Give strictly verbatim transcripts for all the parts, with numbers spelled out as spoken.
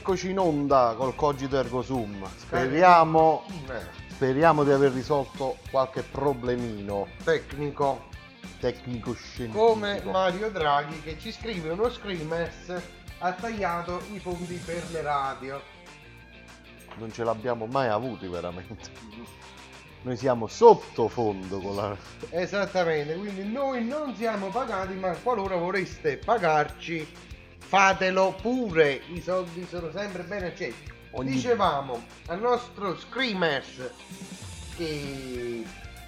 eccoci in onda col Cogito Ergo Sum. Speriamo, speriamo di aver risolto qualche problemino tecnico tecnico scientifico. Come Mario Draghi che ci scrive uno screamers ha tagliato i fondi per le radio. Non ce l'abbiamo mai avuti veramente. Noi siamo sottofondo con la... Esattamente, quindi noi non siamo pagati, ma qualora vorreste pagarci, fatelo pure, i soldi sono sempre bene accetti. Ogni... Dicevamo al nostro Screamers che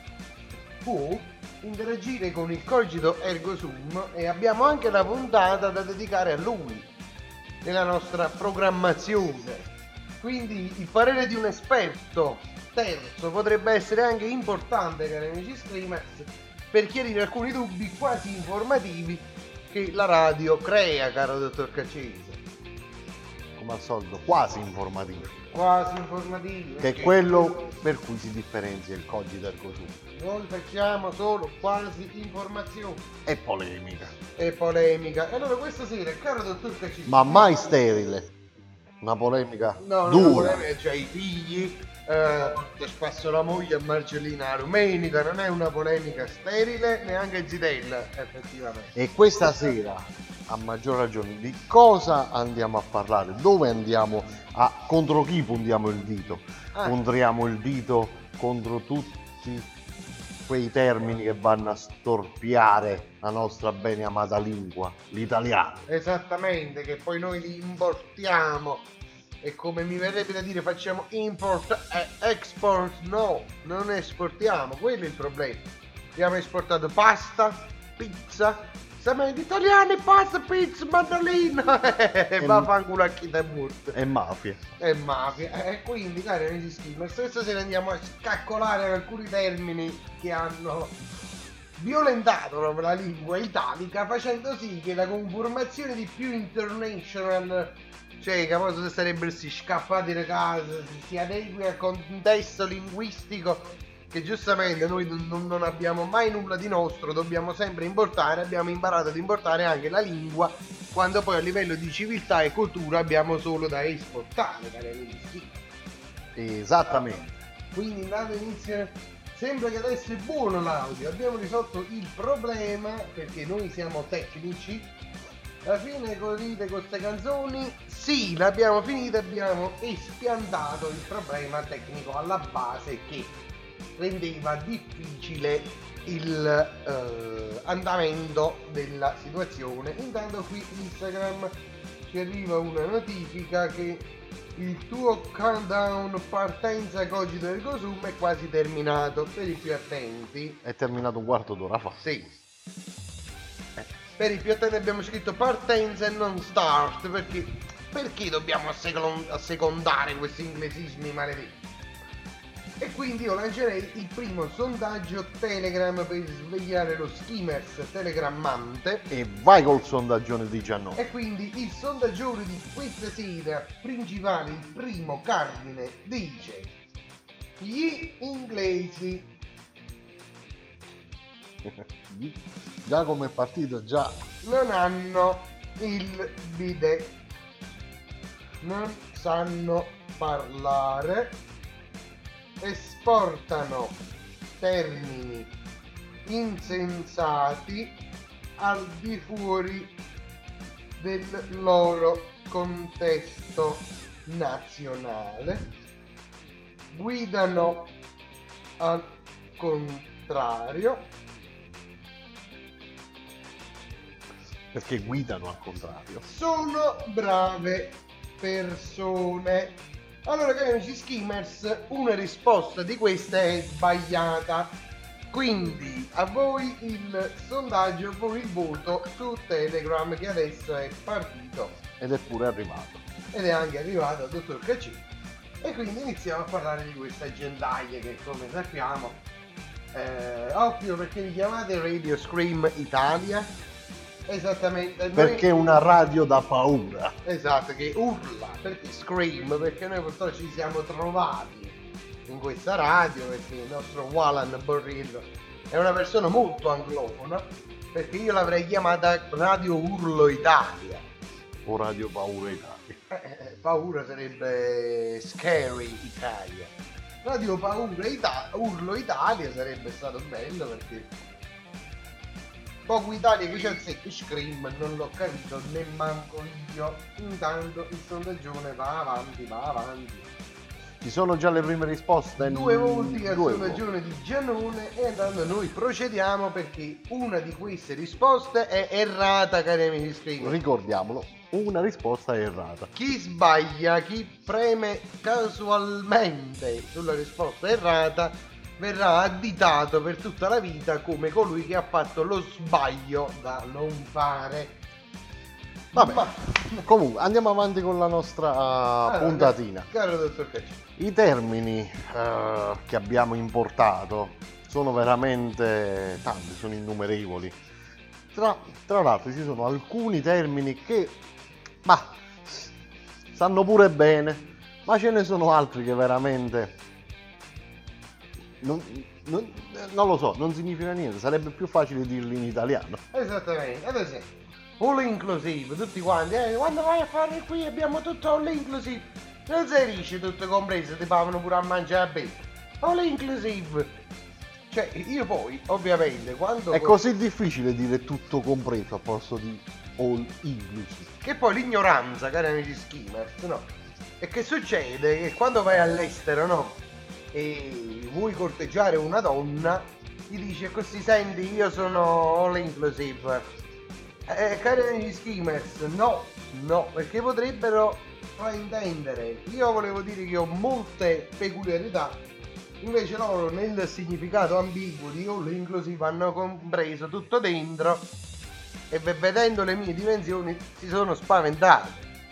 può interagire con il Cogito Ergo Sum e abbiamo anche la puntata da dedicare a lui nella nostra programmazione. Quindi il parere di un esperto terzo potrebbe essere anche importante, cari amici Screamers, per chiarire alcuni dubbi quasi informativi che la radio crea, caro dottor Caccese. Come al solito, quasi informativi. Quasi informativi. Che è quello per cui si differenzia il Cogito Ergo Sum. Noi facciamo solo quasi informazione. E polemica. E polemica. E allora questa sera, caro dottor Caccese... Ma mai sterile. Una polemica no, dura. No, una polemica, cioè i figli... Eh, spasso la moglie a Marcellina Rumenica, non è una polemica sterile, neanche Zitella effettivamente. E questa sera a maggior ragione di cosa andiamo a parlare, dove andiamo a, contro chi puntiamo il dito, ah. puntiamo il dito contro tutti quei termini che vanno a storpiare la nostra bene amata lingua, l'italiano. Esattamente, che poi noi li importiamo. E come mi verrebbe da dire, facciamo import e export, no, non esportiamo, quello è il problema. Abbiamo esportato pasta, pizza, sapete italiani, pasta, pizza, mandolina, e va a fanculo a chi da morto. E mafia. E mafia, e quindi cari amici Screamers, questa sera andiamo a scaccolare alcuni termini che hanno violentato proprio la lingua italica, facendo sì che la conformazione di più international, cioè che poi sarebbero si scappati da casa, si adegui al contesto linguistico che giustamente noi non, non abbiamo mai nulla di nostro, dobbiamo sempre importare, abbiamo imparato ad importare anche la lingua, quando poi a livello di civiltà e cultura abbiamo solo da esportare, cari amici. Esattamente. Quindi intanto inizia, sembra che adesso è buono l'audio, abbiamo risolto il problema perché noi siamo tecnici. Alla fine dite con queste canzoni, sì, l'abbiamo finita, abbiamo espiantato il problema tecnico alla base che rendeva difficile il eh, andamento della situazione. Intanto qui Instagram ci arriva una notifica che il tuo countdown partenza Cogito Ergo Sum è quasi terminato. Per i più attenti, è terminato un quarto d'ora fa. Sì. Per i più attenti abbiamo scritto partenza e non start, perché perché dobbiamo assecondare questi inglesismi maledetti? E quindi io lancerei il primo sondaggio Telegram per svegliare lo Screamers telegrammante. E vai col sondaggione diciannove. E quindi il sondaggione di questa sera principale, il primo cardine, dice: gli inglesi già come partito già non hanno il bidet, non sanno parlare, esportano termini insensati al di fuori del loro contesto nazionale, guidano al contrario, perché guidano al contrario, sono brave persone. Allora, cari amici Screamers, una risposta di questa è sbagliata, quindi a voi il sondaggio, a voi il voto su Telegram, che adesso è partito ed è pure arrivato ed è anche arrivato al dottor Caccini. E quindi iniziamo a parlare di questa agendaglia che, come sappiamo, eh, ovvio, perché vi chiamate Radio Scream Italia. Esattamente, perché è una radio da paura. Esatto, che urla, perché scream, perché noi purtroppo ci siamo trovati in questa radio, perché il nostro Walan Borrillo è una persona molto anglofona, perché io l'avrei chiamata Radio Urlo Italia, o Radio Paura Italia? Eh, paura sarebbe Scary Italia. Radio Paura Italia, Urlo Italia sarebbe stato bello perché poco Italia che c'è il secco Scream non l'ho capito né manco io. Intanto il sondagione va avanti, va avanti. Ci sono già le prime risposte? Due voti al Due sondagione di Gianone e intanto noi procediamo perché una di queste risposte è errata, cari amici Scream. Ricordiamolo, una risposta è errata. Chi sbaglia, chi preme casualmente sulla risposta errata verrà additato per tutta la vita come colui che ha fatto lo sbaglio da non fare. Vabbè, Ma- comunque andiamo avanti con la nostra Allora, puntatina. Caro dottor Cacci, I termini eh, che abbiamo importato sono veramente tanti, sono innumerevoli. Tra, tra l'altro ci sono alcuni termini che ma stanno pure bene, ma ce ne sono altri che veramente non, non- non lo so, non significa niente, sarebbe più facile dirli in italiano. esattamente, ad esempio, all inclusive, tutti quanti, eh, quando vai a fare qui abbiamo tutto all inclusive, non si dice tutto compreso, ti pagano pure a mangiare a bere, all inclusive, cioè io poi ovviamente quando... È così difficile dire tutto compreso a posto di all inclusive. Che poi l'ignoranza, cari amici skimmers, no? E che succede? Che quando vai all'estero, no? E vuoi corteggiare una donna, gli dici così, senti, io sono all inclusive. Eh, cari amici skimmers, no, no, perché potrebbero fraintendere. Io volevo dire che ho molte peculiarità, invece loro nel significato ambiguo di all inclusive hanno compreso tutto dentro e ve- vedendo le mie dimensioni si sono spaventati.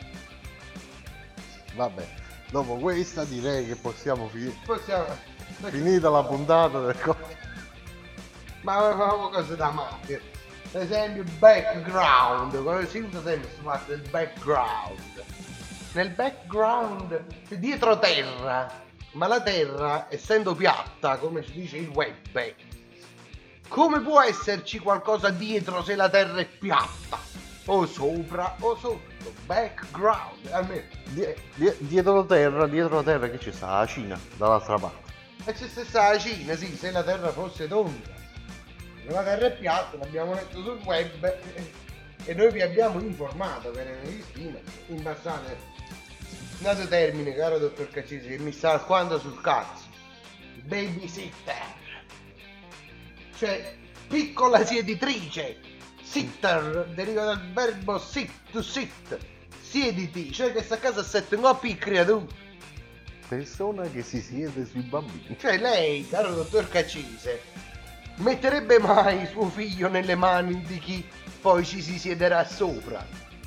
Vabbè, dopo questa direi che possiamo finire. Possiamo... Finita la puntata del co- Ma facciamo cose da mafia. Per esempio background, quando si usa sempre questo fatto del background. Nel background, dietro terra, ma la terra essendo piatta, come si dice il web, come può esserci qualcosa dietro se la terra è piatta? O sopra o sotto, background. Almeno, Die- die- dietro terra, dietro terra che c'è sta la Cina dall'altra parte. e c'è stessa la Cina, sì, se la terra fosse tonda. Se la terra è piatta, l'abbiamo letto sul web eh, e noi vi abbiamo informato per le stime in passate. Un altro termine, caro dottor Caccisi, che mi sta alquando sul cazzo. Babysitter. Cioè, piccola sieditrice. Sitter deriva dal verbo sit, to sit. Siediti, cioè che sta a casa a sette coppi creatura. Persona che si siede sui bambini. Cioè lei, caro dottor Caccise, metterebbe mai suo figlio nelle mani di chi poi ci si siederà sopra?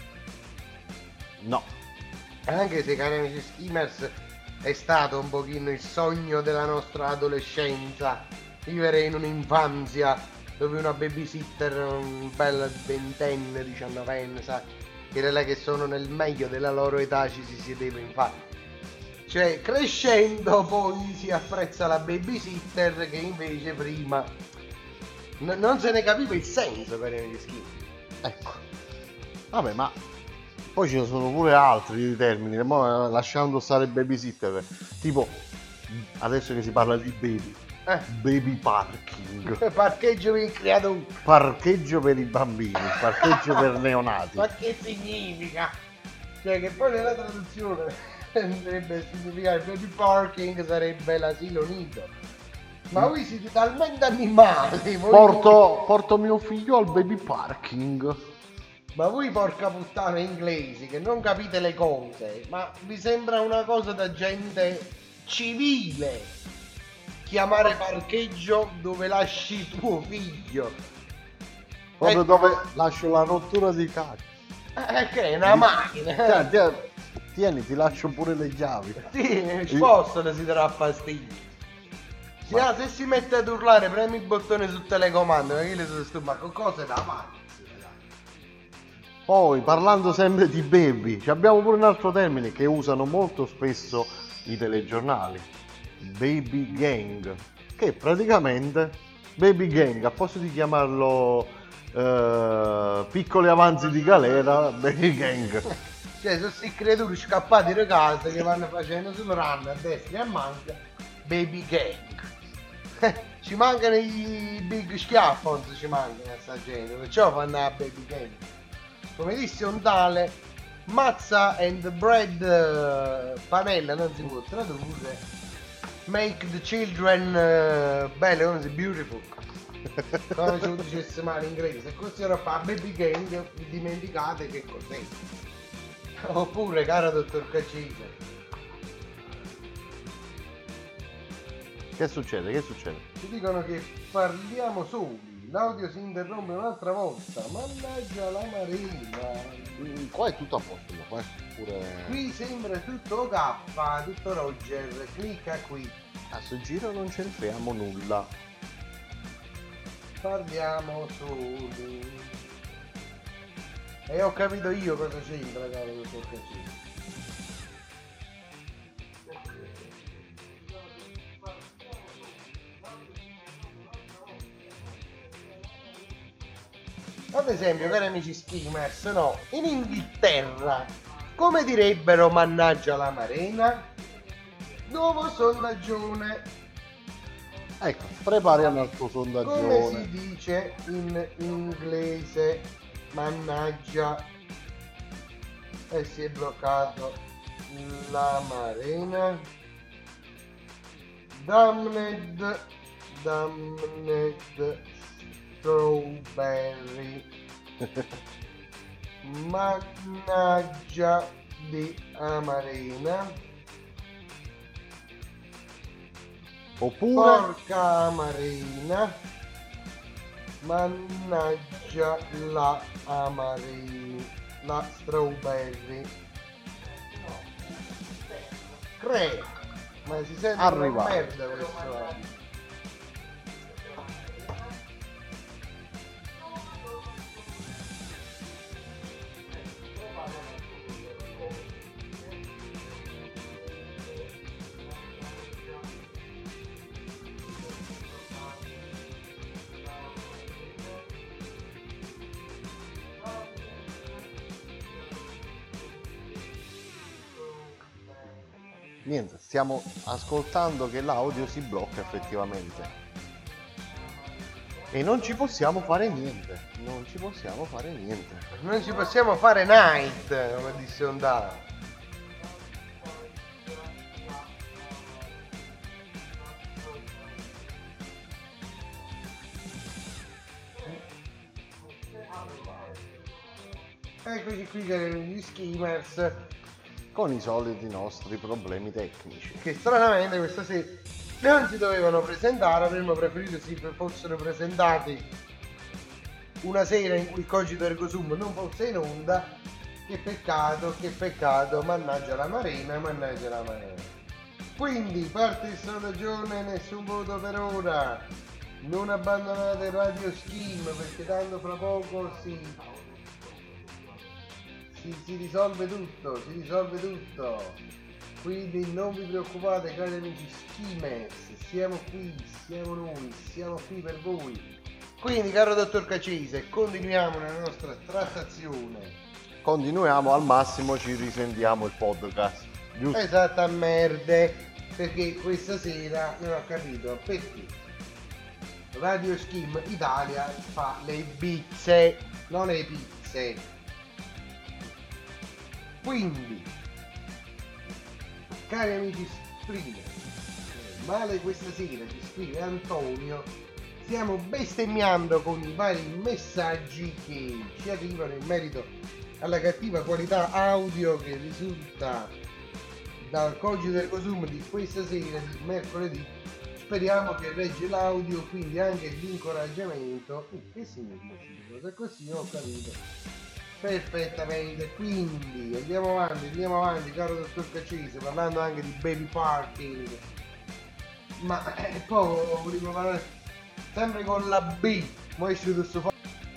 No. Anche se, cari amici skimmers, è stato un pochino il sogno della nostra adolescenza vivere in un'infanzia dove una babysitter, un bel ventenne, diciannovenne, sa, direi che sono nel meglio della loro età, ci si siedeva in faccia. Cioè, crescendo poi si apprezza la babysitter che invece prima n- non se ne capiva il senso, per gli schifo. Ecco. Vabbè, ma poi ci sono pure altri termini, mo, lasciando stare babysitter, tipo adesso che si parla di baby, Eh, baby parking, parcheggio per il creatore. parcheggio per i bambini, parcheggio per neonati. Ma che significa? Cioè che poi nella traduzione dovrebbe significare baby parking, sarebbe l'asilo nido. Ma voi siete talmente animali, voi Porto, porto mio figlio al baby parking. Ma voi porca puttana inglesi che non capite le cose, ma vi sembra una cosa da gente civile chiamare parcheggio dove lasci tuo figlio? Proprio Ecco. dove lascio la rottura di caccia. Eh, che è una macchina. Tieni, tieni, tieni, ti lascio pure le chiavi. Sì, spostalo si darà fastidio. Sì, ah, se si mette ad urlare premi il bottone sul telecomando, ma che le sono stu- ma con cose da fare? Poi, parlando sempre di baby, ci abbiamo pure un altro termine che usano molto spesso i telegiornali. Baby gang. Che praticamente, baby gang, a posto di chiamarlo eh, piccoli avanzi di galera, Baby Gang. Cioè, sono questi creatori scappati da casa che vanno facendo solo run a destra e a manca, Baby Gang. Ci mancano i big schiaffons, ci mancano a sta gente, perciò fanno a Baby Gang. Come disse un tale, Mazza and bread uh, panella, non si può tradurre, make the children uh, belle, come si beautiful. Come se lo dicesse male in inglese, e così ora fa Baby Gang, vi dimenticate che cos'è. Oppure, caro dottor Cacise, Che succede? Che succede? ci dicono che parliamo soli, l'audio si interrompe un'altra volta, mannaggia la marina. Mm, Qua è tutto a posto, ma qua è pure... Qui sembra tutto K, tutto Roger, clicca qui, A sto giro non c'entriamo nulla. parliamo soli. E ho capito io cosa c'entra, caro dottor Cacise. Ad esempio, cari amici skimmers, no, in Inghilterra, come direbbero mannaggia la marina? Nuovo sondaggione. Ecco, prepariamo il tuo Come sondaggione. si dice in inglese? Mannaggia. E si è bloccato la marina. Damned. Damned. Strawberry. Mannaggia di Amarina. Oppure... Porca Amarina. Mannaggia la Amarina. La Strawberry. Credo. Ma si sente una Arrivato. merda questo audio. Niente, stiamo ascoltando che l'audio si blocca effettivamente. E non ci possiamo fare niente. Non ci possiamo fare niente. Non ci possiamo fare night, come disse Ondara. Eccoci qui gli skimmers, Con i soliti nostri problemi tecnici. che stranamente questa sera non si dovevano presentare, avremmo preferito si fossero presentati una sera in cui il Cogito Ergo Sum non fosse in onda. Che peccato, che peccato, mannaggia la marina, mannaggia la marina. Quindi parte il sondagione, nessun voto per ora. Non abbandonate Radio Skim perché tanto fra poco si, si, si risolve tutto, si risolve tutto. Quindi non vi preoccupate, cari amici Skimmers, siamo qui, siamo noi, siamo qui per voi. Quindi, caro dottor Cacise, continuiamo la nostra trattazione. Continuiamo, al massimo ci risentiamo il podcast. Giusto? Esattamente, perché questa sera non ho capito perché Radio Skim Italia fa le bizze, non le pizze. Quindi, cari amici streamer, male questa sera ci scrive Antonio, stiamo bestemmiando con i vari messaggi che ci arrivano in merito alla cattiva qualità audio che risulta dal Cogito Ergo Sum di questa sera, di mercoledì. Speriamo che regge l'audio, quindi anche l'incoraggiamento. Eh, che significa? Se così ho capito perfettamente. Quindi andiamo avanti, andiamo avanti, caro dottor Cacese, parlando anche di baby parking. Ma eh, poi volevo parlare sempre con la B. Ma esce questo fa-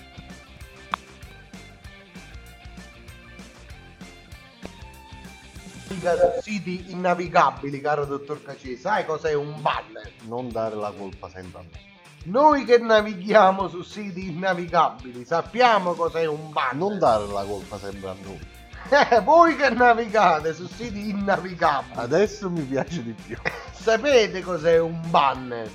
siti innavigabili, caro dottor Cacese. Sai cos'è un baller? Non dare la colpa sempre a me. Noi che navighiamo su siti innavigabili sappiamo cos'è un banner. Non dare la colpa sempre a noi. Eh, voi che navigate su siti innavigabili Adesso mi piace di più. sapete cos'è un banner?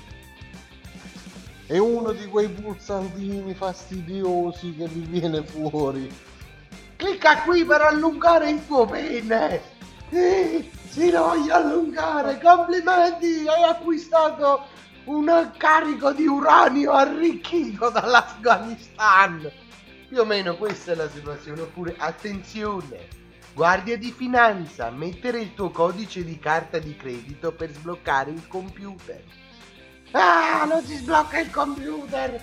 È uno di quei pulsantini fastidiosi che vi viene fuori. Clicca qui per allungare il tuo pene. Eh, si lo voglio allungare. Complimenti, hai acquistato un carico di uranio arricchito dall'Afghanistan. Più o meno questa è la situazione. Oppure attenzione, guardia di finanza, mettere il tuo codice di carta di credito per sbloccare il computer. Ah, non si sblocca il computer.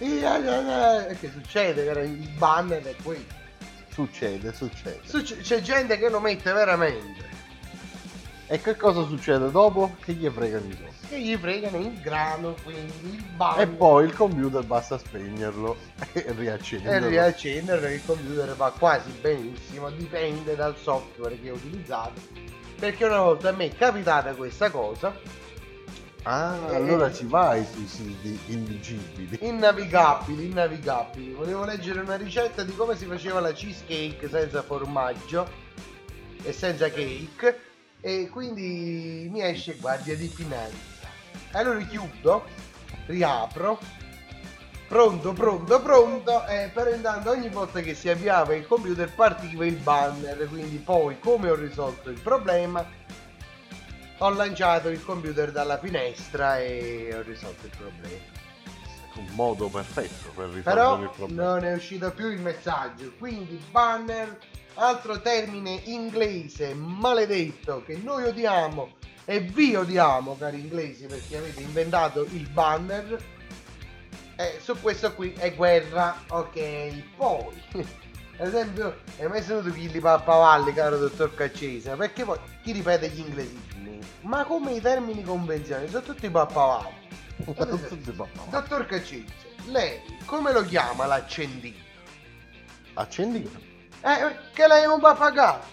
E che succede? Il banner è questo. Succede, succede. Succe- c'è gente che lo mette veramente. E che cosa succede dopo? Che gli fregano i soldi. Che gli fregano il grano, quindi il banner. E poi il computer basta spegnerlo e riaccenderlo. E riaccendere il computer va quasi benissimo, dipende dal software che ho utilizzato. Perché una volta a me è capitata questa cosa. Ah, Eh, allora eh. ci vai sui siti indicibili. Innavigabili, innavigabili. Volevo leggere una ricetta di come si faceva la cheesecake senza formaggio e senza cake. E quindi mi esce guardia di finanza. Allora chiudo, riapro, pronto, pronto, pronto, e per intanto ogni volta che si avviava il computer partiva il banner, quindi poi come ho risolto il problema, ho lanciato il computer dalla finestra e ho risolto il problema. Un modo perfetto per risolvere Però il problema. non è uscito più il messaggio, quindi banner, altro termine inglese maledetto che noi odiamo e vi odiamo, cari inglesi, perché avete inventato il banner. E su questo qui è guerra, ok? Poi, ad esempio, hai mai sentito chi li pappavalli, caro dottor Caccese? Perché poi chi ripete gli inglesismi? Ma come i termini convenzionali sono tutti pappavalli. Tutti papà. Dottor Caccese, lei come lo chiama l'accendino? Accendino. Eh, che lei è un pappagallo.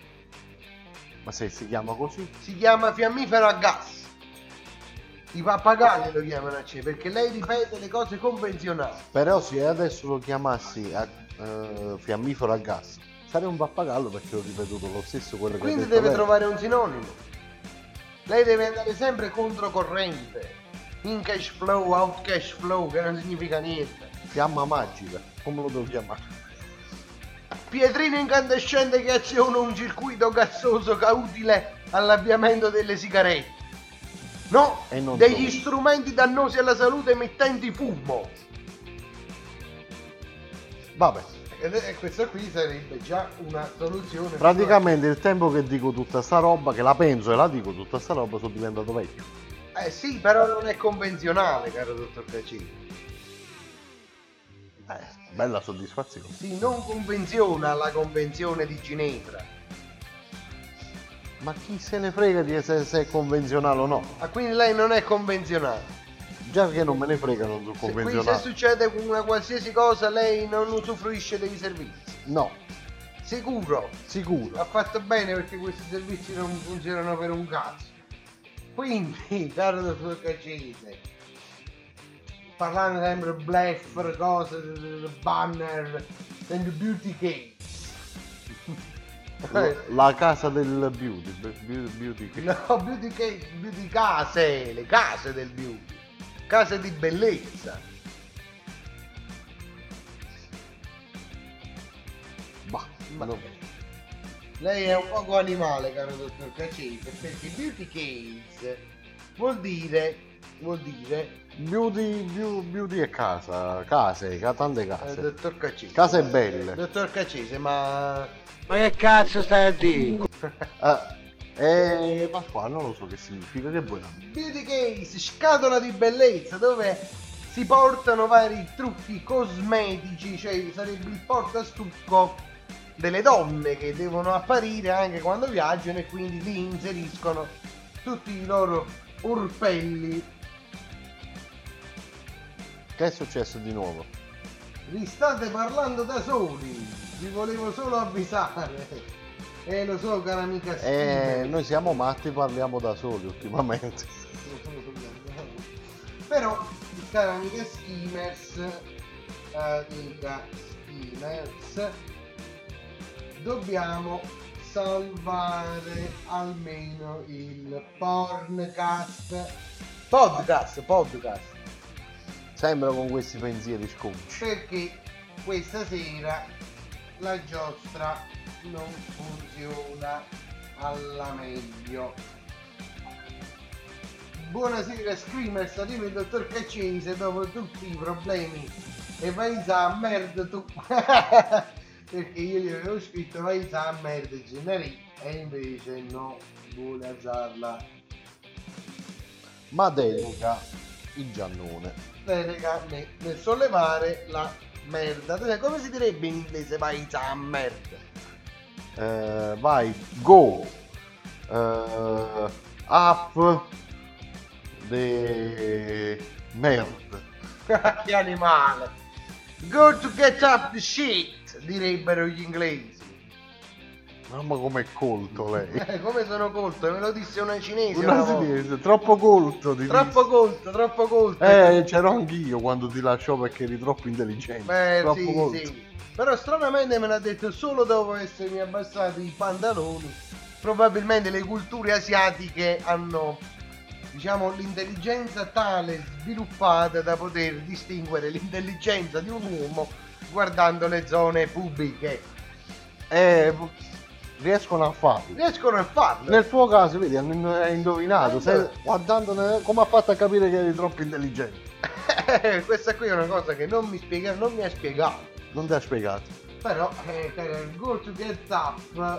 Ma se si chiama così? Si chiama fiammifero a gas. I pappagalli lo chiamano accendino perché lei ripete le cose convenzionali. Però se adesso lo chiamassi a, eh, fiammifero a gas, sarei un pappagallo perché ho ripetuto lo stesso quello che Quindi ha detto deve lei. trovare un sinonimo. Lei deve andare sempre controcorrente. In cash flow, out cash flow, che non significa niente. Fiamma magica, come lo devo chiamare? Pietrino incandescente che aziona un circuito gassoso che è utile all'avviamento delle sigarette. No, E non degli solo. strumenti dannosi alla salute emettenti fumo. Vabbè, Ed è, questa qui sarebbe già una soluzione. praticamente il tempo che dico tutta sta roba, che la penso e la dico tutta sta roba, sono diventato vecchio. Eh sì, però non è convenzionale, caro dottor Caccini. Eh, bella soddisfazione. Si non convenziona la convenzione di Ginevra. Ma chi se ne frega di se, se è convenzionale o no? Ah, quindi lei non è convenzionale. Già che non me ne frega, non sono Se, quindi se convenzionale. succede una qualsiasi cosa lei non usufruisce dei servizi. No, Sicuro. sicuro. Ha fatto bene perché questi servizi non funzionano per un cazzo. Quindi, caro dottor Caccese, parlando sempre bleffer, cose, banner, sempre beauty cake. La, la casa del beauty, beauty, beauty che- No, beauty cake, beauty case, le case del beauty, case di bellezza. Bah, Ma- no. Lei è un poco animale, caro dottor Caccese, perché beauty case vuol dire, vuol dire, Beauty, beau- beauty e casa, case, ca- tante eh, case. dottor Caccese. Case belle. Dottor Caccese, ma Ma che cazzo stai a dire? Eh, eh, ma qua non lo so che significa, che vuoi? beauty case, scatola di bellezza, dove si portano vari trucchi cosmetici, cioè sarebbe il portastucco delle donne che devono apparire anche quando viaggiano e quindi lì inseriscono tutti i loro urpelli. Che è successo di nuovo? Vi state parlando da soli, vi volevo solo avvisare. E lo so, cara amica Eh, Steven. noi siamo matti, parliamo da soli ultimamente. Però cari amiche skimmers, amica skimmers, dobbiamo salvare almeno il porncast. Podcast, podcast. Sempre con questi pensieri sconci. Perché questa sera la giostra non funziona alla meglio. Buonasera Screamers, arriva il dottor Caccese dopo tutti i problemi e vai a merda tu. Perché io gli avevo scritto vai a merda Gennari e invece no, vuole alzarla. Ma delega il Giannone. Delega me nel sollevare la merda. Come si direbbe in inglese vai a merda? Eh, vai, go eh, up the merd. Che animale. Go to get up the shit, direbbero gli inglesi. Mamma com'è colto lei. Eh, come sono colto, me lo disse una cinese Una una volta. cinese, troppo colto ti Troppo disse. colto, troppo colto. Eh, c'ero anch'io quando ti lasciò perché eri troppo intelligente. Beh, troppo sì, colto. sì. Però stranamente me l'ha detto solo dopo essermi abbassati i pantaloni. Probabilmente le culture asiatiche hanno, diciamo, l'intelligenza tale sviluppata da poter distinguere l'intelligenza di un uomo guardando le zone pubbliche. Eh, riescono a farlo. Riescono a farlo. Nel tuo caso, vedi, hai indovinato. Eh, Sei, no. guardandone, come ha fatto a capire che eri troppo intelligente? Questa qui è una cosa che non mi spiega, non mi ha spiegato. Non ti ha spiegato. Però, eh, per go to get up,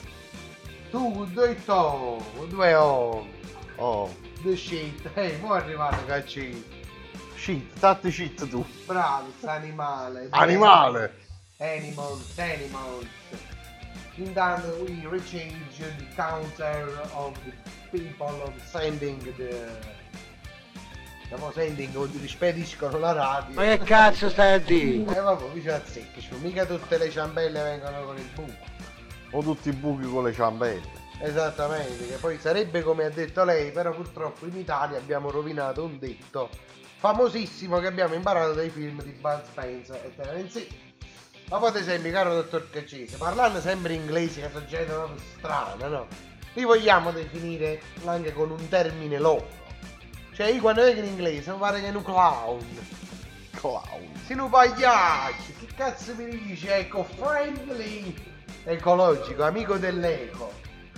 tu due to, due o, Oh, the shit, ehi, mo è arrivato Caccini. shit, stati shit tu. Bravo, sta animale. Animale! Animals, animals. Intanto we rechange the counter of the people of sending the... Stiamo sending o rispediscono la radio. Ma che cazzo stai a dire? Eh vabbè, vicino a secchi, mica tutte le ciambelle vengono con il buco. O tutti i buchi con le ciambelle. Esattamente, che poi sarebbe come ha detto lei, però purtroppo in Italia abbiamo rovinato un detto famosissimo che abbiamo imparato dai film di Bud Spencer e Terence Hill. Ma poi ad esempio, caro dottor Caccese, parlando sempre inglese, che sono gente proprio strana, no? Li vogliamo definire anche con un termine loro. Cioè io quando vedo in inglese mi pare che è un clown. Clown. Si un pagliaccio, che cazzo mi dice? Eco-friendly, ecologico, amico dell'eco.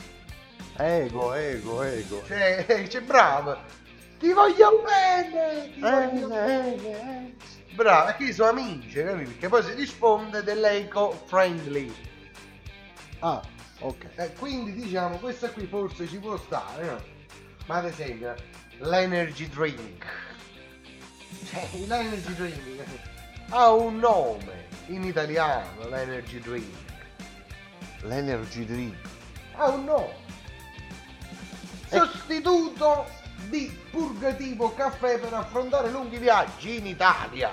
Ego, ego, ego. Cioè, c'è bravo. Ti voglio bene, ti voglio Eh, bene. eh, eh. Bravo, perché io sono amici, capito? Che poi si risponde dell'eco-friendly. Ah, ok. Eh, quindi diciamo, questa qui forse ci può stare, no? Ma ad esempio, l'energy drink. Cioè, l'energy drink ha un nome in italiano, l'energy drink. L'energy drink. Ha un nome. Sostituto di purgativo caffè per affrontare lunghi viaggi in Italia.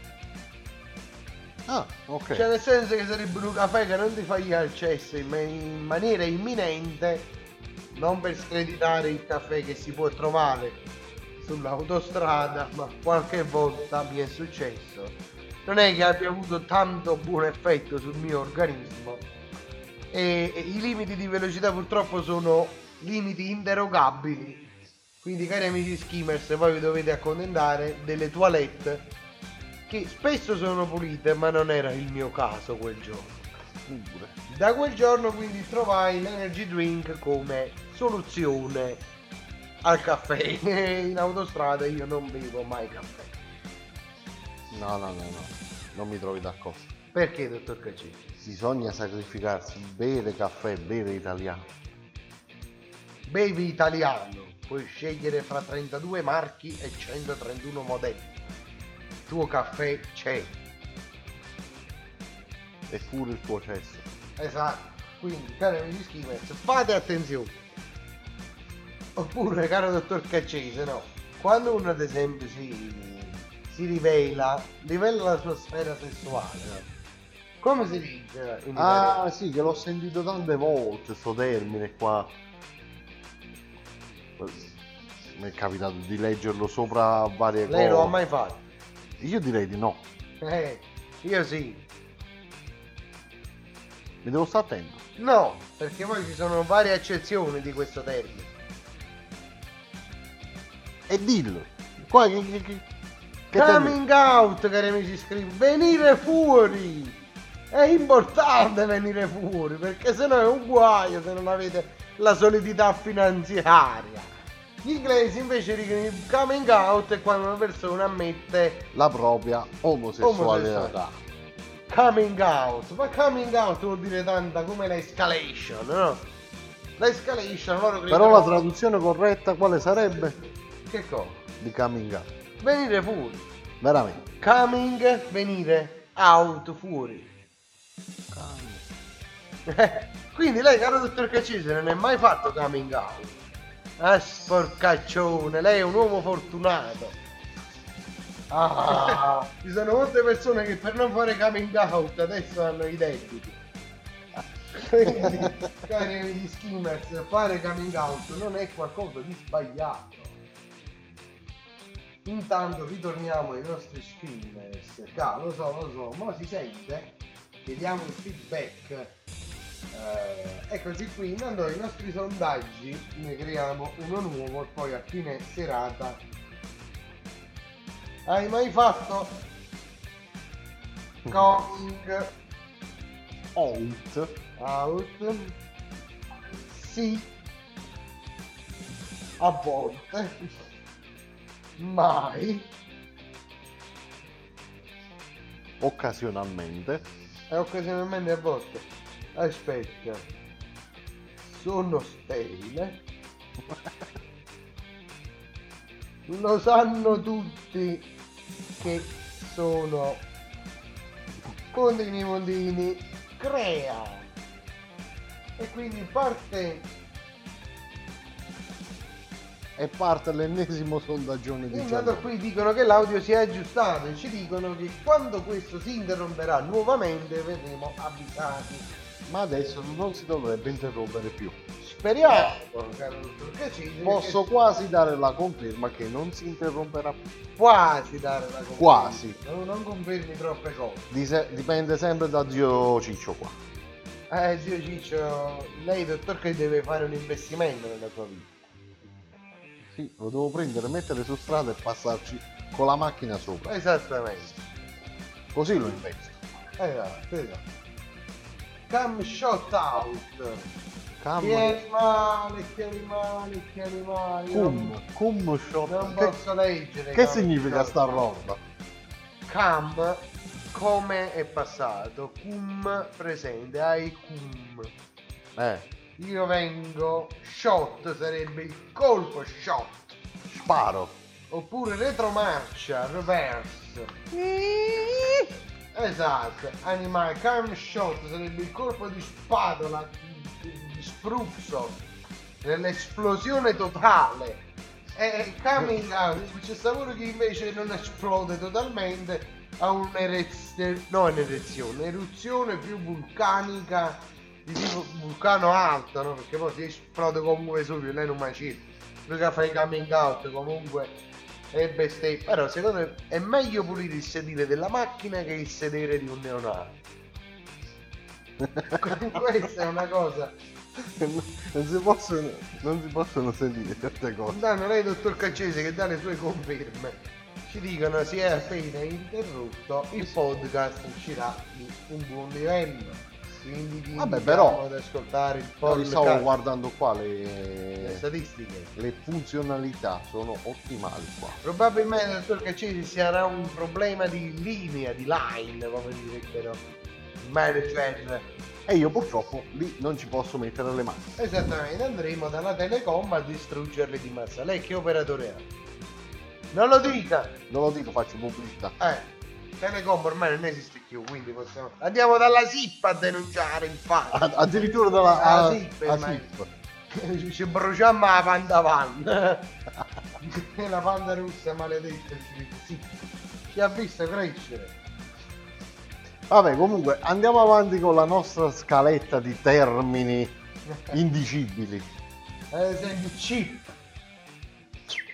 Ah, ok. Cioè nel senso che sarebbe un caffè che non ti fai al cesso in, in maniera imminente, non per screditare il caffè che si può trovare sull'autostrada, ma qualche volta mi è successo. Non è che abbia avuto tanto buon effetto sul mio organismo e, e i limiti di velocità purtroppo sono limiti inderogabili. Quindi cari amici skimmers, voi vi dovete accontentare delle toilette che spesso sono pulite, ma non era il mio caso quel giorno. Pure. Da quel giorno quindi trovai l'energy drink come soluzione al caffè. In autostrada io non bevo mai caffè. No, no, no, no. Non mi trovi d'accordo. Perché, dottor Caccini? Bisogna sacrificarsi, bere caffè, bere italiano. Bevi italiano, puoi scegliere fra trentadue marchi e centotrentuno modelli. Il tuo caffè c'è. E pure il tuo cesso. Esatto. Quindi, cari amici skimmers, fate attenzione. Oppure, caro dottor Caccese, no. Quando uno ad esempio si, si rivela, rivela la sua sfera sessuale, no? Come si dice in Ah, sì, che l'ho sentito tante volte sto termine qua. mi è capitato di leggerlo sopra varie Lei lo ha cose. mai fatto? Io direi di no. Eh, io sì. Mi devo stare attento. No, perché poi ci sono varie accezioni di questo termine. E dillo. Qua che, che, che, che Coming out, cari amici, scrivi. Venire fuori. È importante venire fuori, perché sennò è un guaio se non avete la solidità finanziaria. Gli inglesi invece dicono il coming out è quando una persona ammette la propria omosessualità. omosessualità. Coming out, ma coming out vuol dire tanta come l'escalation, no? L'escalation, loro Però credono- la traduzione corretta quale sarebbe? Che cosa? Di coming out. Venire fuori. Veramente. Coming, venire out, fuori. Quindi lei, caro dottor Caccese, non è mai fatto coming out. Ah, sporcaccione, lei è un uomo fortunato. Ah, ci sono molte persone che per non fare coming out adesso hanno i debiti. Quindi, cari gli skimmers, fare coming out non è qualcosa di sbagliato. Intanto ritorniamo ai nostri skimmers. Ah, lo so, lo so, ma si sente? Chiediamo il feedback. Eh, eccoci qui, intanto i nostri sondaggi ne creiamo uno nuovo e poi a fine serata. Hai mai fatto coming Out. out? Sì, a volte, mai, Occasionalmente. e occasionalmente a volte. Aspetta, sono stelle. Lo sanno tutti che sono Mondini Mondini crea, e quindi parte E parte l'ennesimo sondaggione di intanto Gianluca. qui dicono che l'audio si è aggiustato e ci dicono che quando questo si interromperà nuovamente verremo avvisati. Ma adesso non si dovrebbe interrompere più. Speriamo, caro dottor Caccese, Posso quasi dare la conferma che non si interromperà più. che quasi dare la conferma. Quasi. Non, non confermi troppe cose. Dise- dipende sempre da zio Ciccio qua. Eh, zio Ciccio, lei dottor che deve fare un investimento nella sua vita. Sì, lo devo prendere, mettere su strada e passarci con la macchina sopra. Esattamente. Così lo investo. Esatto, esatto. Come shot out. Cam, Che animale, che animale, che animale. Io cum, Non, cum shot. non Che, posso leggere. che come significa shot sta out. roba? Cam, come è passato. Cum, presente. Hai cum. Eh, Io vengo. Shot sarebbe il colpo shot. sparo. Oppure retromarcia, reverse. Esatto, animale, cam shot sarebbe il colpo di spatola, di, di spruzzo, nell'esplosione totale. E coming out, c'è stato che invece non esplode totalmente, ha un'erezione, no un'erezione, un'eruzione più vulcanica, di tipo vulcano alto, no? Perché poi si esplode come un Vesuvio, lei non mai c'è. Lui che fa i coming out comunque è bestemmia. Però secondo me è meglio pulire il sedile della macchina che il sedere di un neonato. Questa è una cosa. Non si possono, non si possono sentire certe cose. Danno lei dottor Caccese che dà le sue conferme. Ci dicono si è appena interrotto, il podcast uscirà di un buon livello. Quindi vi Vabbè, invitiamo però, ad ascoltare il Poi podcast. stavo guardando qua Le le, statistiche. le funzionalità, sono ottimali qua. Probabilmente dottor Caccesi sarà un problema di linea, di line, come direbbero il manager. E io purtroppo lì non ci posso mettere le mani. Esattamente, andremo dalla Telecom a distruggerli di massa. Lei che operatore ha? Non lo dica! Non lo dico, faccio pubblicità. Eh, Telecom ormai non esiste più, quindi possiamo... Andiamo dalla S I P a denunciare il fatto. A- addirittura dalla Ah, a- sì, per a me. Sip. Ci bruciamo la panda van. La panda russa maledetta ci, sì, ci ha visto crescere. Vabbè, comunque andiamo avanti con la nostra scaletta di termini indicibili. Ad esempio chip.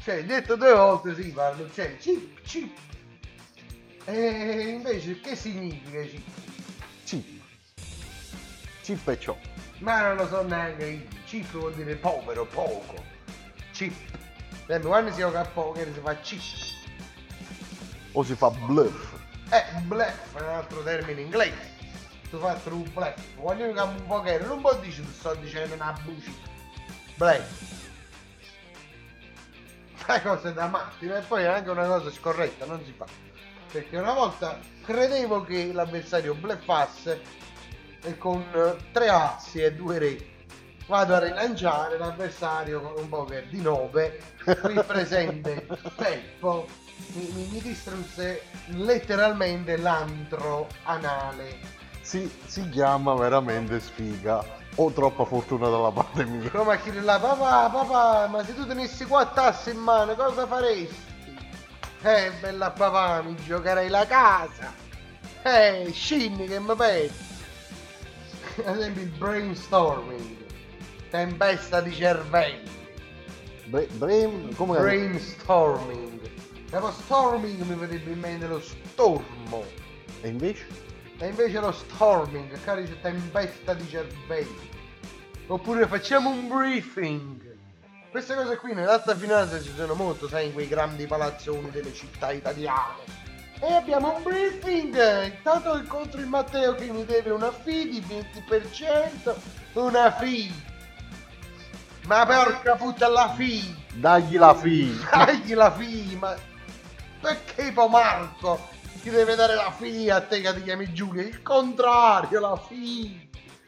Cioè, detto due volte si parla, cioè, chip, chip. E invece che significa chip? Chip. Chip e ciò. Ma non lo so neanche io. Chip vuol dire povero, poco. Chip. Per esempio, quando si gioca a poker si fa chip. O si fa bluff. Eh, bluff è un altro termine inglese. Tu fai true bluff. Quando io gioco un poker non può dire ti sto dicendo una buci. Bluff. Fai cose da matti, ma poi è anche una cosa scorretta, non si fa. Perché una volta credevo che l'avversario bluffasse e con tre assi e due re vado a rilanciare l'avversario con un poker di nove. Qui presente Peppo mi, mi, mi distrusse letteralmente l'antro anale. Si, si chiama veramente sfiga. O troppa fortuna dalla parte mia. Come a chiedere là, papà, papà, ma se tu tenessi quattro assi in mano cosa faresti? Eh, bella papà, mi giocherei la casa. Eh, scinni che mi perdi. Ad esempio il brainstorming. Tempesta di cervelli. Bre- brain, come Brainstorming. Dopo storming mi verrebbe in mente lo stormo. E invece? E invece lo storming, cari, c'è tempesta di cervelli. Oppure facciamo un briefing. Queste cose qui nell'alta finanza ci sono molto, sai, in quei grandi palazzoni delle città italiane. E abbiamo un briefing. Intanto incontro il Matteo che mi deve una fee di venti per cento. Una fee. Ma porca puttana la fee. Dagli la fee. Dagli la fee, ma perché po Marco ti deve dare la fee a te che ti chiami Giulia? Il contrario, la fee.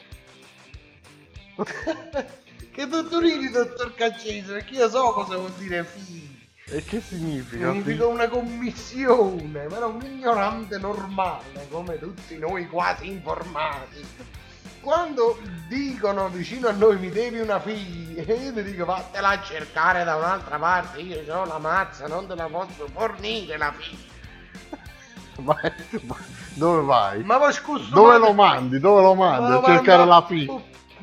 Che tu ridi, dottor Caccese, perché io so cosa vuol dire fee. E che significa? Significa una commissione, ma non un ignorante normale come tutti noi quasi informati. Quando dicono vicino a noi mi devi una fee e io ti dico vattela a cercare da un'altra parte, io ho la mazza, non te la posso fornire la fee. Ma, ma dove vai? Ma va scusa, Dove lo mandi? Dove lo mandi? A cercare la fee.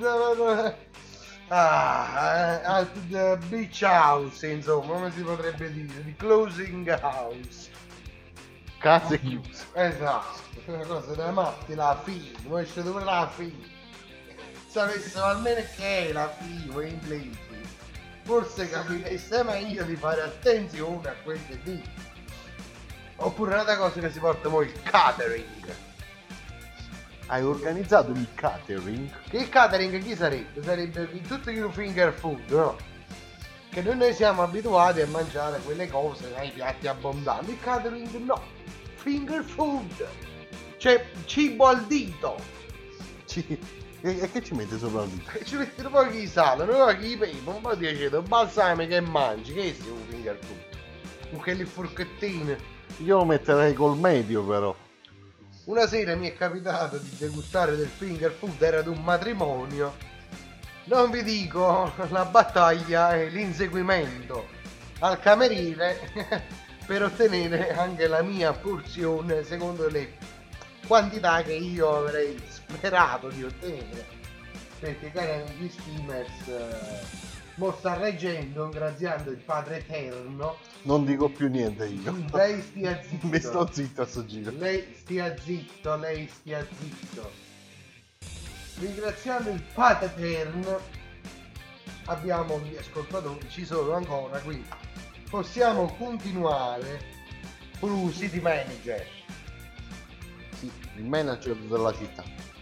Ah, al the beach house, insomma, come si potrebbe dire? Di closing house. Case chiuse. Esatto, una cosa da matti, la fee, vuoi esce dove la fee? Sapessimo almeno che è la fee, voi inglesi. Forse capireste meglio di fare attenzione a quel che dico. Oppure un'altra cosa che si porta mo' il catering. Hai organizzato il catering? Che il catering chi sarebbe? Sarebbe tutto il finger food, no? Che noi, noi siamo abituati a mangiare quelle cose nei piatti abbondanti. Il catering no. Finger food. Cioè cibo al dito. Ci... E, e che ci mette sopra il dito? Ci mettono un po' di sale, un po' di pepe, un po' di aceto, un balsamico che mangi. Che è un finger food? Con quelle forchettine. Io lo metterei col medio però. Una sera mi è capitato di degustare del finger food, era ad un matrimonio. Non vi dico la battaglia e l'inseguimento al cameriere per ottenere anche la mia porzione secondo le quantità che io avrei sperato di ottenere. Perché cari gli steamers, eh, mo sta reggendo, ringraziando il Padre Eterno. Non dico più niente io. Lei stia zitto. Mi sto zitto a sto giro. Lei stia zitto, lei stia zitto. Ringraziando il Padre Eterno, abbiamo gli ascoltatori, ci sono ancora, quindi possiamo continuare con City Manager. Sì, il manager della città.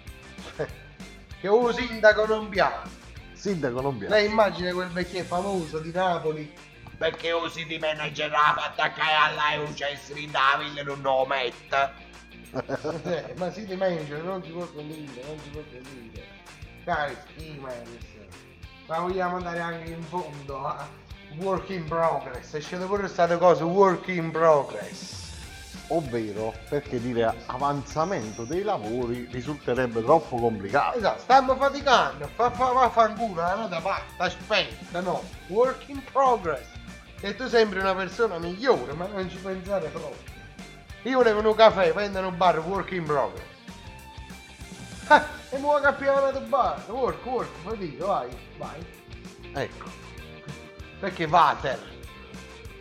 Che un sindaco non piace. Sindaco non piace. Lei immagina quel vecchio famoso di Napoli. Perché un City Manager la fa attaccare alla luce di Davide non lo mette. Eh, ma City Manager non si può condividere, non si può condividere. Cari steamers, ma vogliamo andare anche in fondo a work in progress. C'è pure queste cose work in progress. Ovvero, perché dire avanzamento dei lavori risulterebbe troppo complicato. Esatto, stiamo faticando, fa fa fa fanculo da un'altra parte, aspetta, no, work in progress. E tu sembri una persona migliore, ma non ci pensare proprio. Io volevo un caffè, prendo un bar, work in progress. Ah, e muovo capiamo del bar, work, work, poi dico, vai, vai. Ecco. Perché water?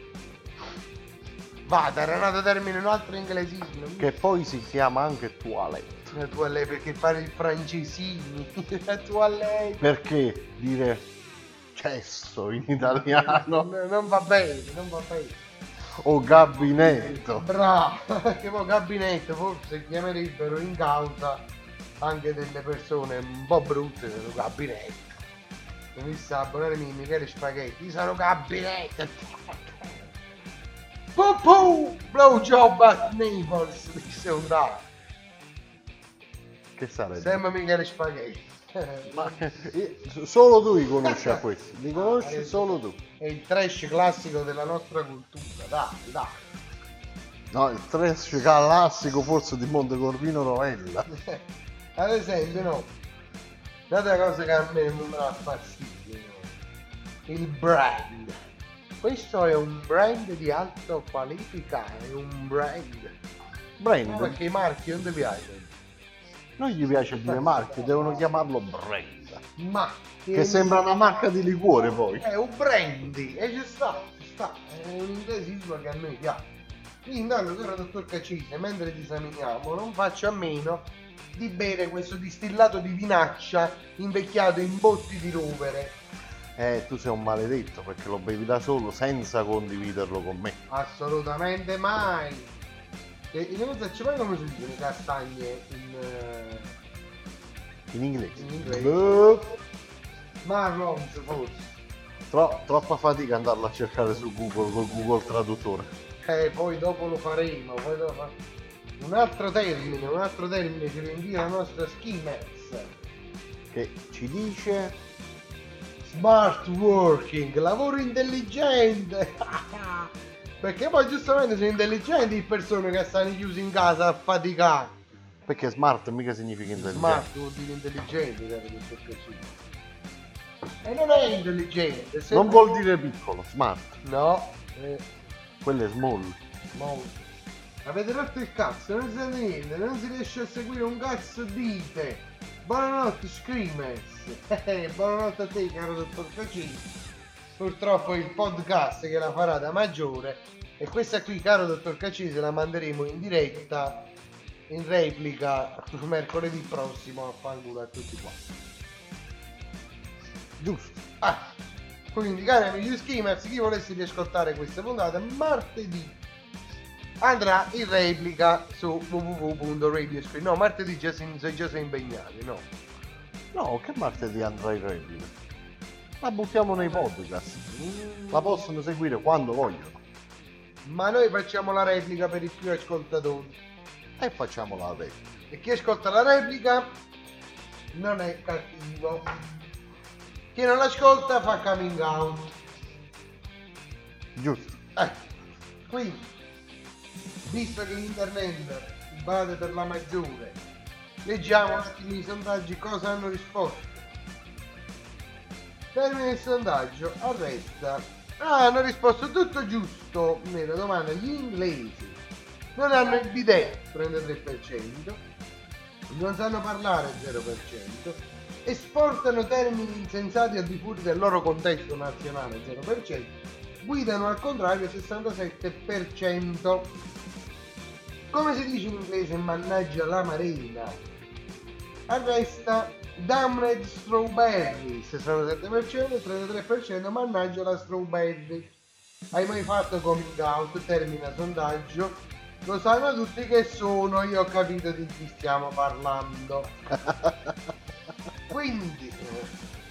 Vada, era nato termine un altro inglesismo. Che poi si chiama anche toilette. La tua lei perché fare il francesini. La tua lei. Perché dire cesso in italiano No, non va bene, non va bene. o gabinetto? Bravo, che poi gabinetto forse chiamerebbero in causa anche delle persone un po' brutte del gabinetto. Mi vista abbonare Michele Spaghetti, sono gabinetto. Poo blow job at Naples, disse un dà. Che sarebbe? Sembra Michele Spaghetti. Ma eh, solo tu li conosci a questi, li conosci solo tu. È il trash classico della nostra cultura, dai, dai. No, il trash classico forse di Montecorvino Rovella. Ad esempio, no, un'altra cosa che a me non mi dà fastidio, no? Il brand. Questo è un brand di alta qualifica, è un brand. Brand. Perché i marchi non ti piacciono. Non gli piace dire marchio, devono chiamarlo brand. Ma Che sembra una marca di liquore poi. è un brandy e ci sta, ci sta, è un inglesismo che a noi piace. Quindi intanto, caro dottor Cacise, mentre ti esaminiamo, non faccio a meno di bere questo distillato di vinaccia invecchiato in botti di rovere. Eh, tu sei un maledetto perché lo bevi da solo senza condividerlo con me. Assolutamente mai. E io non so mai come si dicono le castagne in, eh, In inglese. in inglese. Boh. Marrons forse. Tro- troppa fatica andarlo a cercare su Google col Google Traduttore. Eh, poi dopo lo faremo. Poi dopo fa- Un altro termine, un altro termine che rinvia la nostra Skimex. Che ci dice Smart working, lavoro intelligente. Perché poi giustamente sono intelligenti le persone che stanno chiuse in casa a faticare. perché smart mica significa intelligente. Smart vuol dire intelligente, caro dottor Cacino. E non è intelligente. Se Non vuol dire piccolo, smart. No. Eh, Quello è small. molto. Avete rotto il cazzo, non si sente niente, non si riesce a seguire un cazzo dite. Buonanotte Screamers. Eh, buonanotte a te caro dottor Cacino. Purtroppo il podcast che la farà da maggiore. E questa qui caro dottor Cacino se la manderemo in diretta, in replica, mercoledì prossimo a fanculo a tutti quanti. Giusto. Ah, quindi cari amici Screamers, chi volesse riascoltare queste puntate martedì andrà in replica su w w w punto radio screen. No, martedì già si, già sei impegnati, no? No, che martedì andrà in replica? La buttiamo nei podcast. La possono seguire quando vogliono. Ma noi facciamo la replica per i più ascoltatori. E facciamo la replica. E chi ascolta la replica non è cattivo. Chi non l'ascolta fa coming out. Giusto. Eh, quindi, visto che internet vale per la maggiore, leggiamo un attimo i sondaggi cosa hanno risposto. Termine il sondaggio, arresta. Ah, hanno risposto tutto giusto nella domanda. Gli inglesi non hanno il bidet, trentatré per cento, non sanno parlare, zero per cento, esportano termini insensati al di fuori del loro contesto nazionale, zero per cento, guidano al contrario, sessantasette per cento. Come si dice in inglese mannaggia la marina? Arresta damned strawberry, sessantasette per cento, trentatré per cento mannaggia la strawberry. Hai mai fatto coming out? Termina sondaggio. Lo sanno tutti che sono, io ho capito di chi stiamo parlando. Quindi, eh,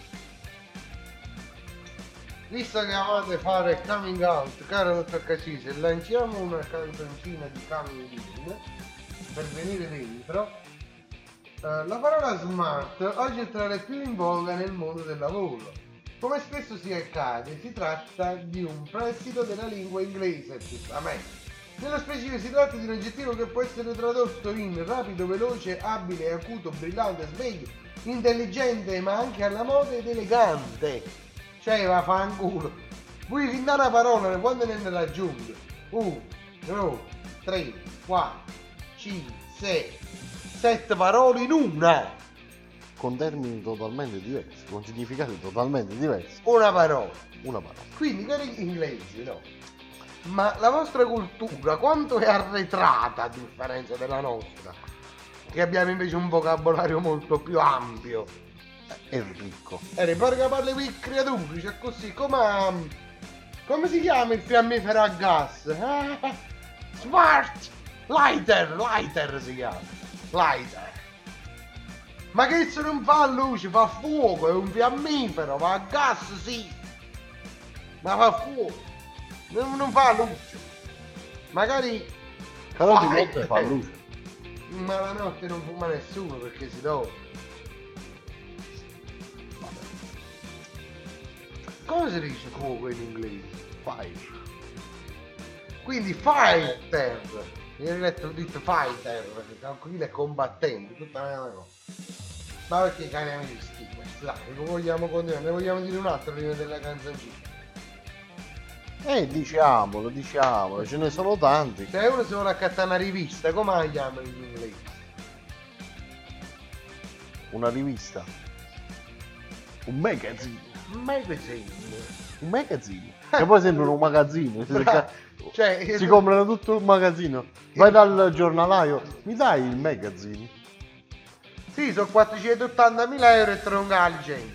visto che amate fare coming out, caro dottor Cacise, lanciamo una canzoncina di coming in per venire dentro. Uh, la parola smart oggi è tra le più in voga nel mondo del lavoro. Come spesso si accade, si tratta di un prestito della lingua inglese, giustamente. Nello specifico si tratta di un aggettivo che può essere tradotto in rapido, veloce, abile, acuto, brillante, sveglio, intelligente, ma anche alla moda ed elegante. Cioè, va fanculo. Vuoi findare una parola quando ne raggiunge? uno, due, tre, quattro, cinque, sei, sette parole in una. Con termini totalmente diversi, con significati totalmente diversi. Una parola. Una parola. Quindi, cari inglesi, no? Ma la vostra cultura quanto è arretrata a differenza della nostra? Che abbiamo invece un vocabolario molto più ampio. È ricco. E le porca parle qui creature, cioè così, come... Come si chiama il fiammifero a gas? Ah, smart! Lighter, lighter si chiama. Lighter. Ma che se non fa luce, fa fuoco, è un fiammifero, ma a gas sì. Ma fa fuoco. Non, non fa luce. Magari... Però di fa- notte fa luce. Ma la notte non fuma nessuno perché si dorme. Come si dice fuoco in inglese? Fire. Quindi fighter. Io ho letto ho detto fighter perché tranquillo è combattente, tutta una cosa. Ma perché i cani amici schifo? Dai, lo vogliamo continuare, ne vogliamo dire un altro prima della canzoncina. Eh, diciamolo, diciamolo, ce ne sono tanti. Se uno si vuole accattare una rivista, come la chiamano in inglese? Una rivista. Un magazine. Magazine. Un magazine. Che poi sembra un magazzino. Bra- cioè, Si comprano tutto il magazzino. Vai dal giornalaio, mi dai il magazine? sì, sono quattrocentottantamila euro e tronca la gente.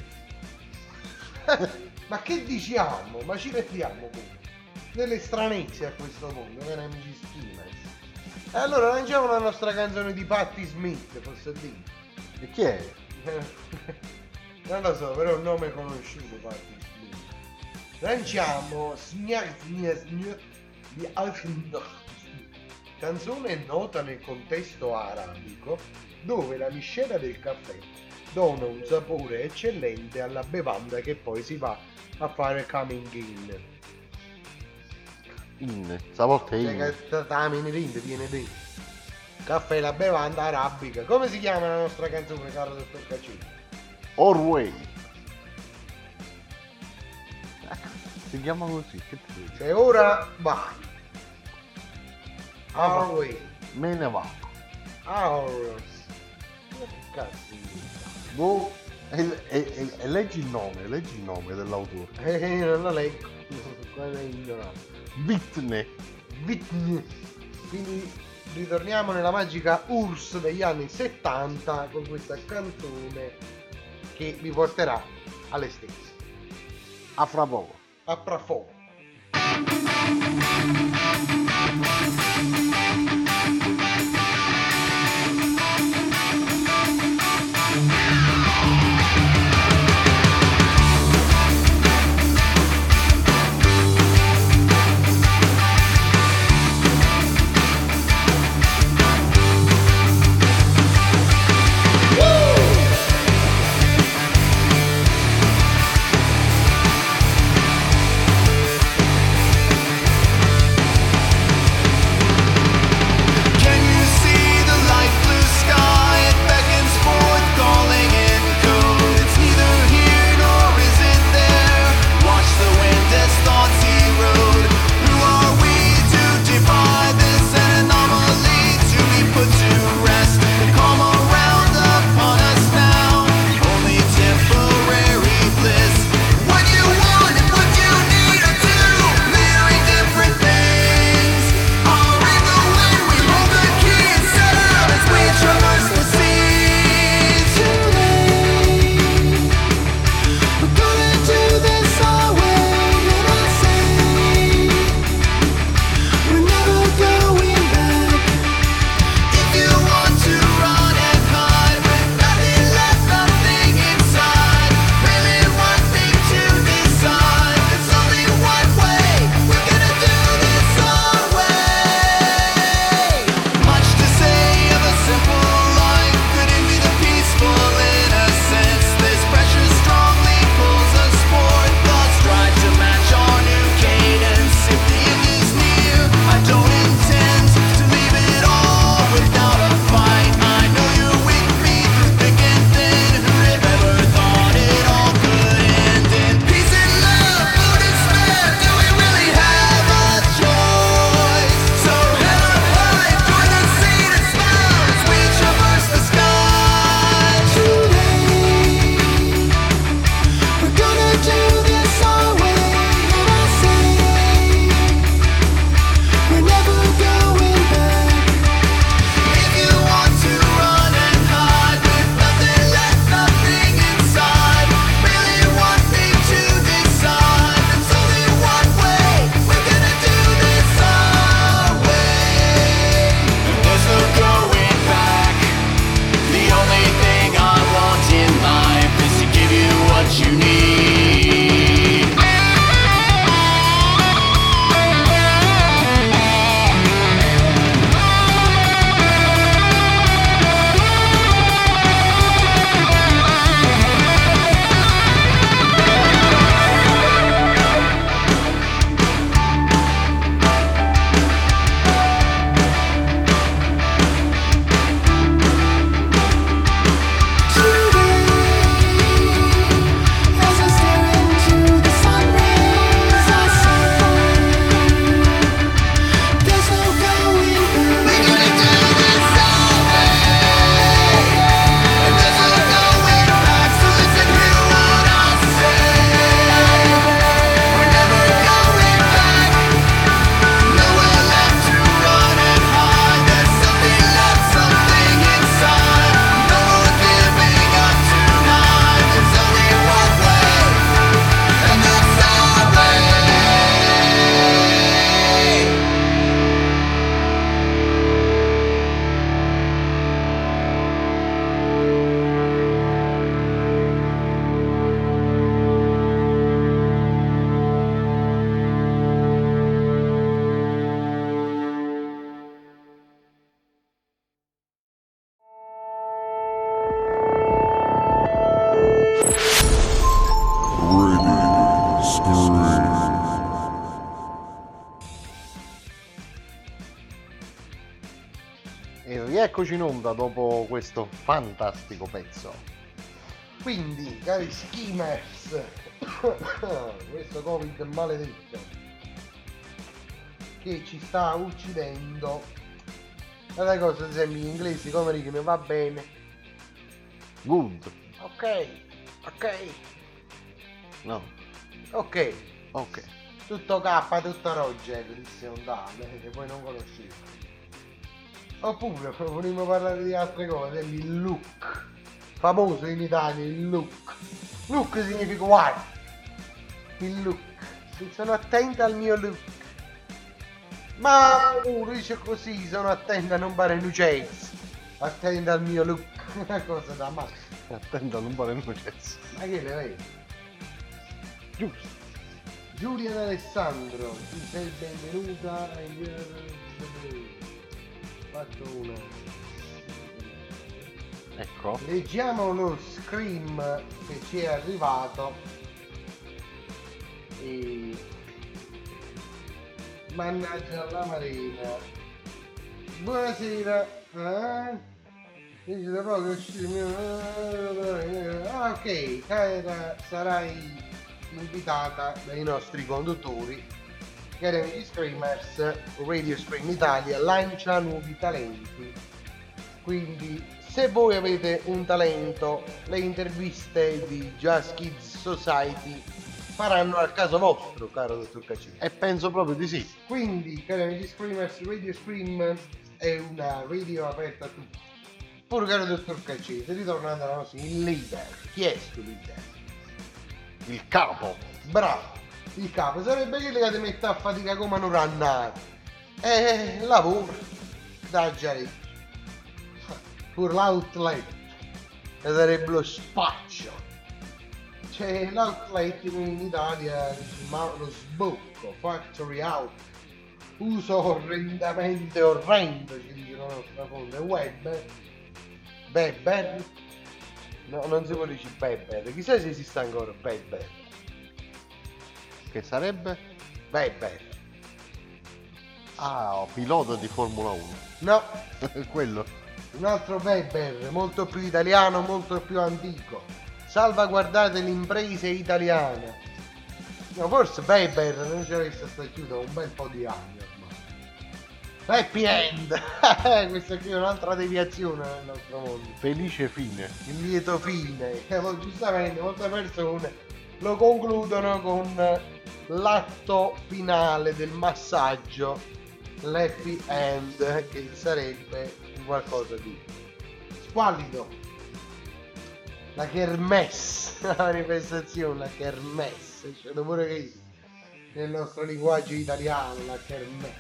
Ma che diciamo? Ma ci mettiamo pure delle stranezze a questo mondo, che ne ci schifo. E allora lanciamo la nostra canzone di Patti Smith, posso dire? E chi è? Non lo so, però è un nome conosciuto, Patti Smith. Lanciamo Sgnag Sgnag Sgnag di Alchindoch. Canzone nota nel contesto arabico, dove la miscela del caffè dona un sapore eccellente alla bevanda che poi si va a fare coming in. In. Stavolta è Cioè in. che tamini rinde viene detto. Caffè la bevanda arabica. Come si chiama la nostra canzone, caro dottor Cacino? Orway. Si chiama così, che ti dico? E ora vai. Always. Me ne va. Hours. Ma che cazzo? Boh. E, e- e- e leggi il nome, leggi il nome dell'autore. Eh, io non lo leggo. Quello è ignorante. Whitney. Whitney. Quindi ritorniamo nella magica U R S S degli anni settanta con questa canzone che vi porterà alle stesse. A fra poco. A fra poco. E rieccoci in onda dopo questo fantastico pezzo. Quindi, cari skimmers, questo Covid maledetto che ci sta uccidendo. Guarda cosa, ad esempio, gli inglesi come dicono va bene. Good. Ok, ok, No. ok. Ok. Tutto K, tutto Roger, disse un tale che voi non conoscete. Oppure vorremmo parlare di altre cose, il look. Famoso in Italia il look. Look significa guarda. Il look. Sono attenta al mio look. Ma uno dice così, sono attenta a non fare nucezzi. Attenta al mio look. Una cosa da male. Attento a non fare nucezzi. Ma che le vedi? Giusto. Giulia Alessandro, ti sei benvenuta. Fatto uno. Ecco. Leggiamo lo scream che ci è arrivato. E... Mannaggia la Marina. Buonasera. Eh? Dice da poco uscire- Ah, ok, cara, sarai invitata dai nostri conduttori. Cari amici Screamers, Radio Scream Italia lancia nuovi talenti. Quindi se voi avete un talento, le interviste di Just Kids Society faranno al caso vostro, caro dottor Cacini. E penso proprio di sì. Quindi, cari amici Screamers, Radio Scream è una radio aperta a tutti. Pure caro dottor Cacini, ritornando alla nostra, il leader. Chi è sto leader? Il capo. Bravo, il capo sarebbe quello che ti mette a fatica come un rannato. E lavoro da giarecchio. Pure l'outlet, che sarebbe lo spaccio. C'è l'outlet in Italia, ma lo sbocco, factory out. Uso orrendamente orrendo, ci dice la nostra fonte web. Beber. No, non si può dire Beber. Chissà se esiste ancora Beber. Che sarebbe? Beber. Ah, pilota di Formula uno. No, Quello. un altro Weber, molto più italiano, molto più antico. Salvaguardate l'impresa italiana. No, forse Weber non ci avesse sta chiuso un bel po' di anni ormai. Happy End! Questa qui è un'altra deviazione nel nostro mondo. Felice fine. Il lieto fine. Eh, poi, giustamente molte persone lo concludono con l'atto finale del massaggio, l'happy end, che sarebbe qualcosa di squallido. La kermesse, la manifestazione, la kermesse, c'è pure che nel nostro linguaggio italiano la kermesse.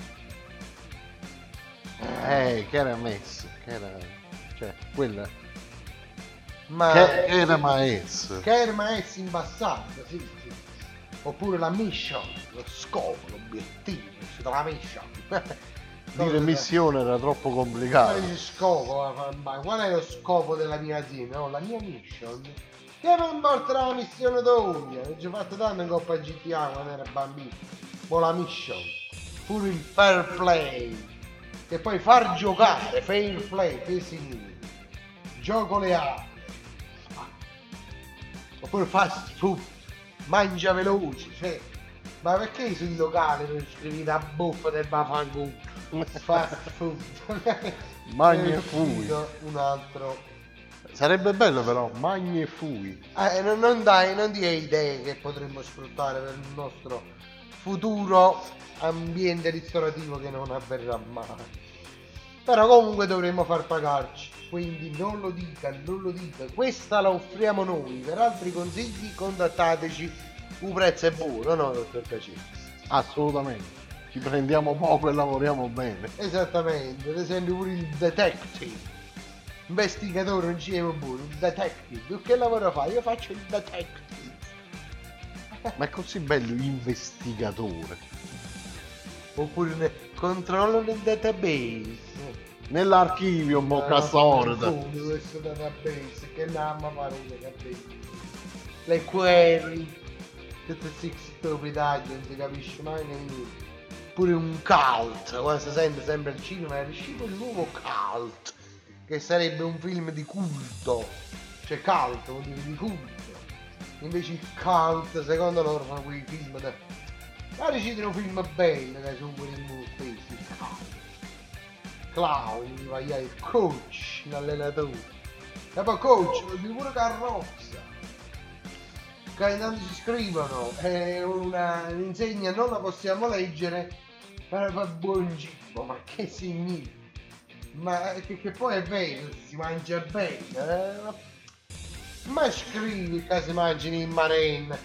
Eh, che era messo. Che era. Cioè, quella. Ma Che era maestro. kermesse in passato, sì, sì. Oppure la mission, lo scopo, l'obiettivo, la mission. Dire missione era troppo complicato. Quale scopo? Ma qual è lo scopo della mia azienda? No, la mia mission. Che mi importa la missione d'oggi? Ho già fatto tanto in Coppa G T A quando ero bambino. Ma la mission. Pure il fair play. E poi far giocare, fair play, che significa? Gioco leale. Oppure fast food. Mangia veloce, cioè. Ma perché sui locali non scrivi da buffa del bafanculo? Fast food. Magni e È fui. uscito un altro. Sarebbe bello però, magni e fui. Eh, non, non dai, non dia idee che potremmo sfruttare per il nostro futuro ambiente ristorativo che non avverrà mai. Però comunque dovremmo far pagarci. Quindi non lo dica, non lo dica. Questa la offriamo noi. Per altri consigli contattateci. Un prezzo è buono, no, dottor Cacini? Assolutamente. Ci prendiamo poco e lavoriamo bene. Esattamente, ad esempio pure il detective. Investigatore non ci è buono, il detective. Tu che lavoro fai? Io faccio il detective. Ma è così bello investigatore. Oppure ne- controllo nel database. Nell'archivio mo Ah, cassorda. confondo questo database, che l'ama fare un database. Le query. tutte queste stupidaggini, non si capisce mai niente. Pure un cult, quando si sente sempre al cinema è uscito il nuovo Cult, che sarebbe un film di culto, cioè cult vuol dire di culto, invece il cult secondo loro fanno quei film da... ma recitano film belli dai superimuni stessi, il cult, clown, vai il coach, l'allenatore, e poi coach vuol dire pure carrozza, che intanto ci scrivono, è una insegna non la possiamo leggere, ma fa buon cibo, ma che significa? Ma che, che poi è vero, si mangia bene, eh? Ma scrivi che si mangiano in marina,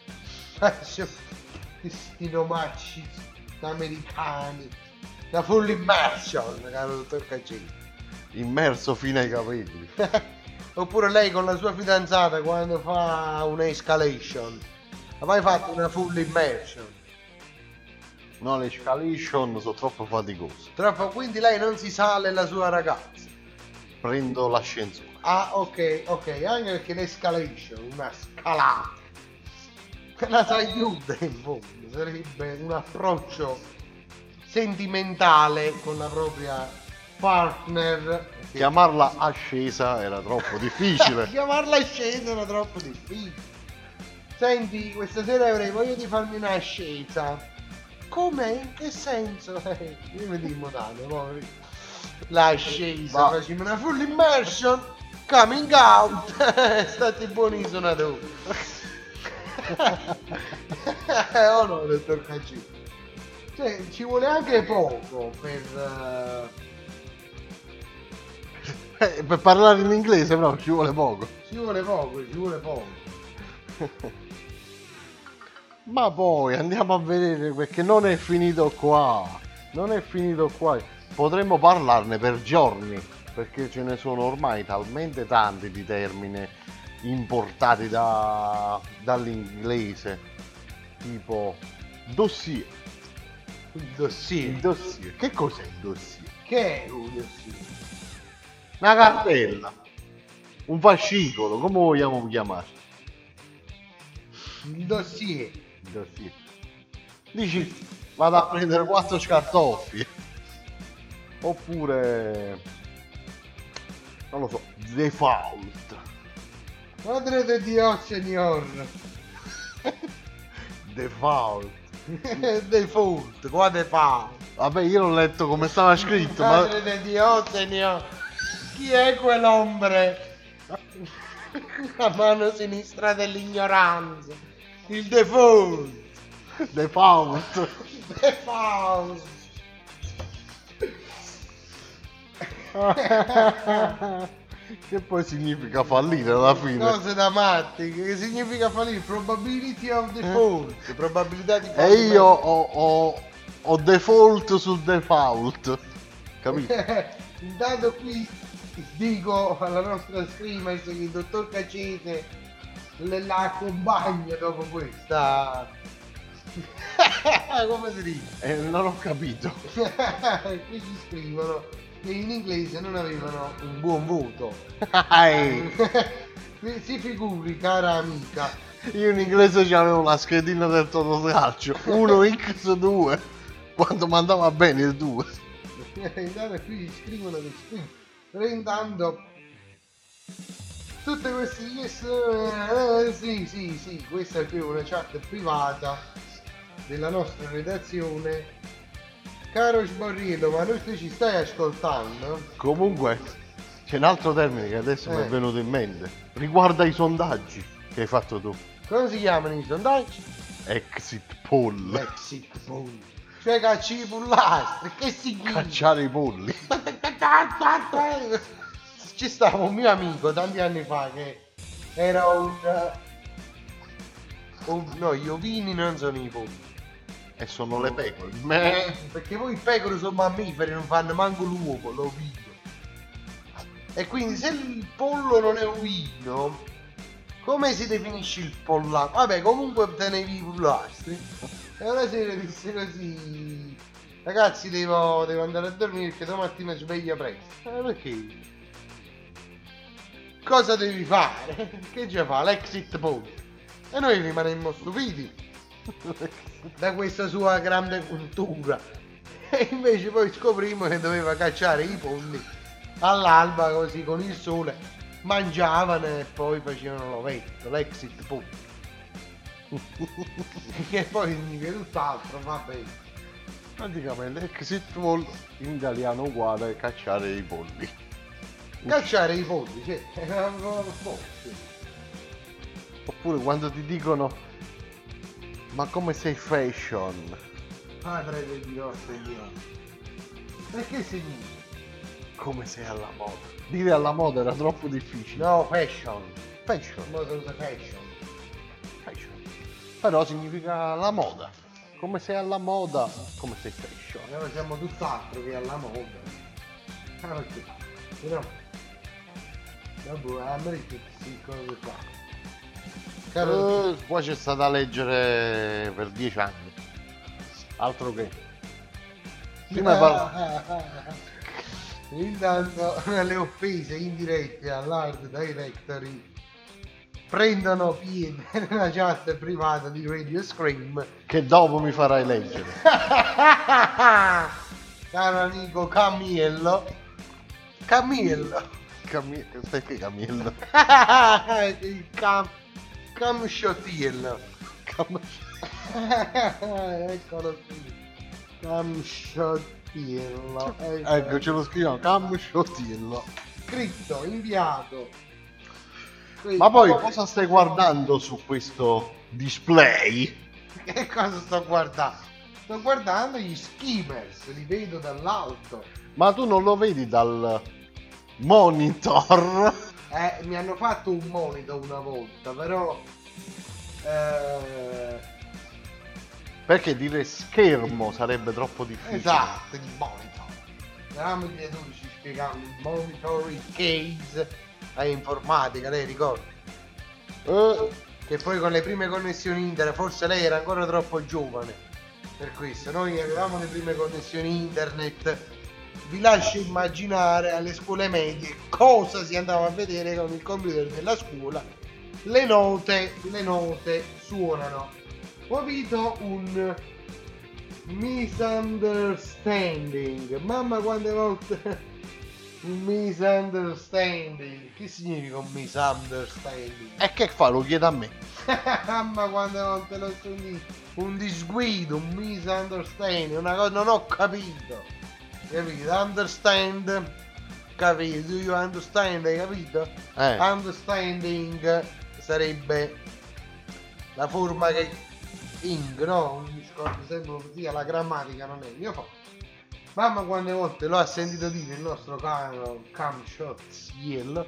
questi nomacci americani, la full immersion, caro dottor Cacini. Immerso fino ai capelli. Oppure lei con la sua fidanzata quando fa un'escalation, ha mai fatto una full immersion? No, le escalation sono troppo faticose. Troppo, quindi lei non si sale la sua ragazza. Prendo l'ascensore. Ah, ok, ok, anche perché l'escalation, una scalata, la sai chiudere in fondo, sarebbe un approccio sentimentale con la propria partner. Chiamarla ascesa era troppo difficile. Chiamarla scesa era troppo difficile. Senti, questa sera avrei voglia di farmi una ascesa. Come? In che senso? Eh, io mi dico Tania, poi l'ascesa, Ma- facciamo una full immersion, coming out, state buoni i suonatori. Oh no, dottor Cacci. Cioè, ci vuole anche poco per... uh, Eh, per parlare in inglese però ci vuole poco. ci vuole poco, ci vuole poco. Ma poi andiamo a vedere perché non è finito qua. Non è finito qua. Potremmo parlarne per giorni perché ce ne sono ormai talmente tanti di termini importati da, dall'inglese. Tipo dossier. Il Il dossier. dossier. Che cos'è il dossier? Che è un dossier? Una cartella. Un fascicolo, come vogliamo chiamare? Il dossier. Il dossier. Dici vado a prendere quattro scartoffie. Oppure non lo so, default. Madre de Dio, signor. Default. Default, qua default. Vabbè, io l'ho letto come stava scritto, ma Madre de Dio, signor. Chi è quell'ombre? La mano sinistra dell'ignoranza. Il default. default. Default. Che poi significa fallire alla fine. Cose da matti, che significa fallire? Probability of default. Probabilità di E io ho, ho, ho default sul default. Capito? Intanto qui dico alla nostra streamer che il dottor Cacete le- la accompagna dopo questa. Come si dice? Eh, non ho capito. Qui ci scrivono che in inglese non avevano un buon voto. Ai, Si figuri, cara amica. io in inglese c'avevo la schedina del Totocalcio uno x due quando mandava bene il due. Intanto qui ci scrivono che sì. Però intanto tutte queste yes, eh, sì sì sì, questa è più una chat privata della nostra redazione. Caro Sborriello, ma noi tu ci stai ascoltando? Comunque c'è un altro termine che adesso mi Eh. è venuto in mente. Riguarda i sondaggi che hai fatto tu. Come si chiamano i sondaggi? Exit poll. Exit poll. Cioè cacci i pullastri, che significa? Cacciare i polli. Ci stava un mio amico tanti anni fa che era un, un no, gli ovini non sono i polli. E sono le pecore. Eh, perché poi i pecore sono mammiferi, non fanno manco l'uovo, l'ovino. E quindi se il pollo non è ovino, come si definisce il pollaio? Vabbè, comunque tenevi i pullastri. E una sera disse così: ragazzi, devo, devo andare a dormire perché domattina sveglia presto. Eh, perché? Cosa devi fare? Che già fa? L'exit poll. E noi rimanemmo stupiti da questa sua grande cultura. E invece poi scoprimmo che doveva cacciare i polli all'alba, così con il sole mangiavano e poi facevano l'ovetto, l'exit poll. Che poi significa tutt'altro, va bene. Praticamente exit poll in italiano uguale cacciare i polli. Cacciare i polli, sì. Era un po', sì. Oppure quando ti dicono ma come sei fashion? Padre del nostro Dio. Perché significa? Come sei alla moda? Dire alla moda era troppo difficile. No, fashion. Fashion, Mo si usa fashion. fashion. Però significa la moda. Come sei alla moda, come sei fashion. Noi siamo tutt'altro che alla moda. Ah, perché? No. Dopo America queste cose qua. Caro, Eh, poi c'è stata a leggere per dieci anni. Altro che. Prima parla. Intanto le offese indirette all'art directory prendono piede nella chat privata di Radio Scream. Che dopo mi farai leggere. Caro amico Camillo. Camillo. Cami- perché Camillo? Il cam camsciottiello. Cam- Eccolo qui. Camsciottiello. ecco, ce lo scriviamo. Camsciottiello. Scritto, inviato. Qui- Ma poi cosa stai guardando su questo display? Che cosa sto guardando? Sto guardando gli skimmers, li vedo dall'alto. Ma tu non lo vedi dal monitor? Eh, mi hanno fatto un monitor una volta, però... Eh, Perché dire schermo sarebbe troppo difficile. esatto, il monitor. Eravamo i creatori, ci spiegavano il monitor, il case, la informatica, lei ricorda? Eh, Che poi con le prime connessioni internet, forse lei era ancora troppo giovane per questo, noi avevamo le prime connessioni internet, vi lascio immaginare alle scuole medie cosa si andava a vedere con il computer della scuola, le note, le note suonano, capito? Un misunderstanding, mamma quante volte... Un misunderstanding. Che significa un misunderstanding? e che fa? Lo chiede a me. Mamma quante volte l'ho sentito. Un disguido, un misunderstanding, una cosa non ho capito. Capito? Understand. Capito? Do you understand? Hai capito? Eh. Understanding sarebbe la forma che ing, no? Mi scordo sempre così, la grammatica non è il mio fatto. Mamma quante volte l'ho sentito dire il nostro caro Camsciottiello.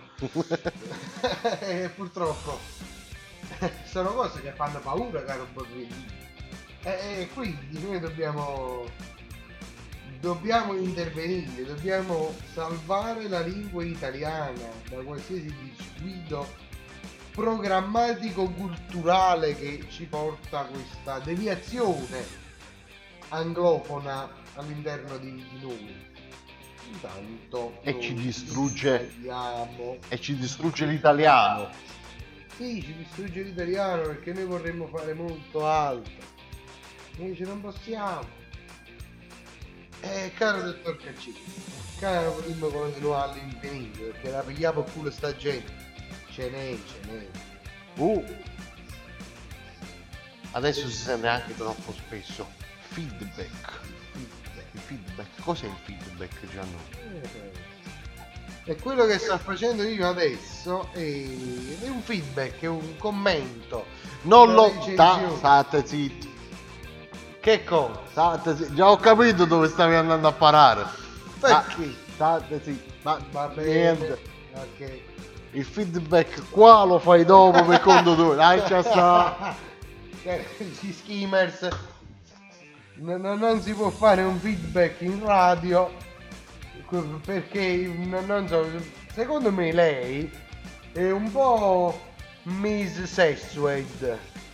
E purtroppo sono cose che fanno paura, caro Borrelli. E, e quindi noi dobbiamo dobbiamo intervenire, dobbiamo salvare la lingua italiana da qualsiasi disguido programmatico culturale che ci porta a questa deviazione anglofona all'interno di, di noi. Intanto E noi ci distrugge. vediamo. E ci distrugge l'italiano. Sì, ci distrugge l'italiano perché noi vorremmo fare molto alto. Invece non possiamo. Eh, caro dottor Caccini, caro potremmo continuare all'infinito perché la pigliamo pure sta gente. Ce n'è, ce n'è. Uh. Adesso si sente anche troppo spesso. Feedback. Il feedback. Cos'è il feedback, Gianluca? E quello che sto facendo io adesso è, è un feedback, è un commento. Non una lo... recensione. Sta, state zitti. Che cosa? State zitti. Già ho capito dove stavi andando a parare. Perché? Ah, state zitti. Ma Va bene. niente. Ok. Il feedback qua lo fai dopo per conto tuo. Dai, già sta. Gli skimmers. No- no- non si può fare un feedback in radio perché no- non so, secondo me lei è un po' Miss Sexued.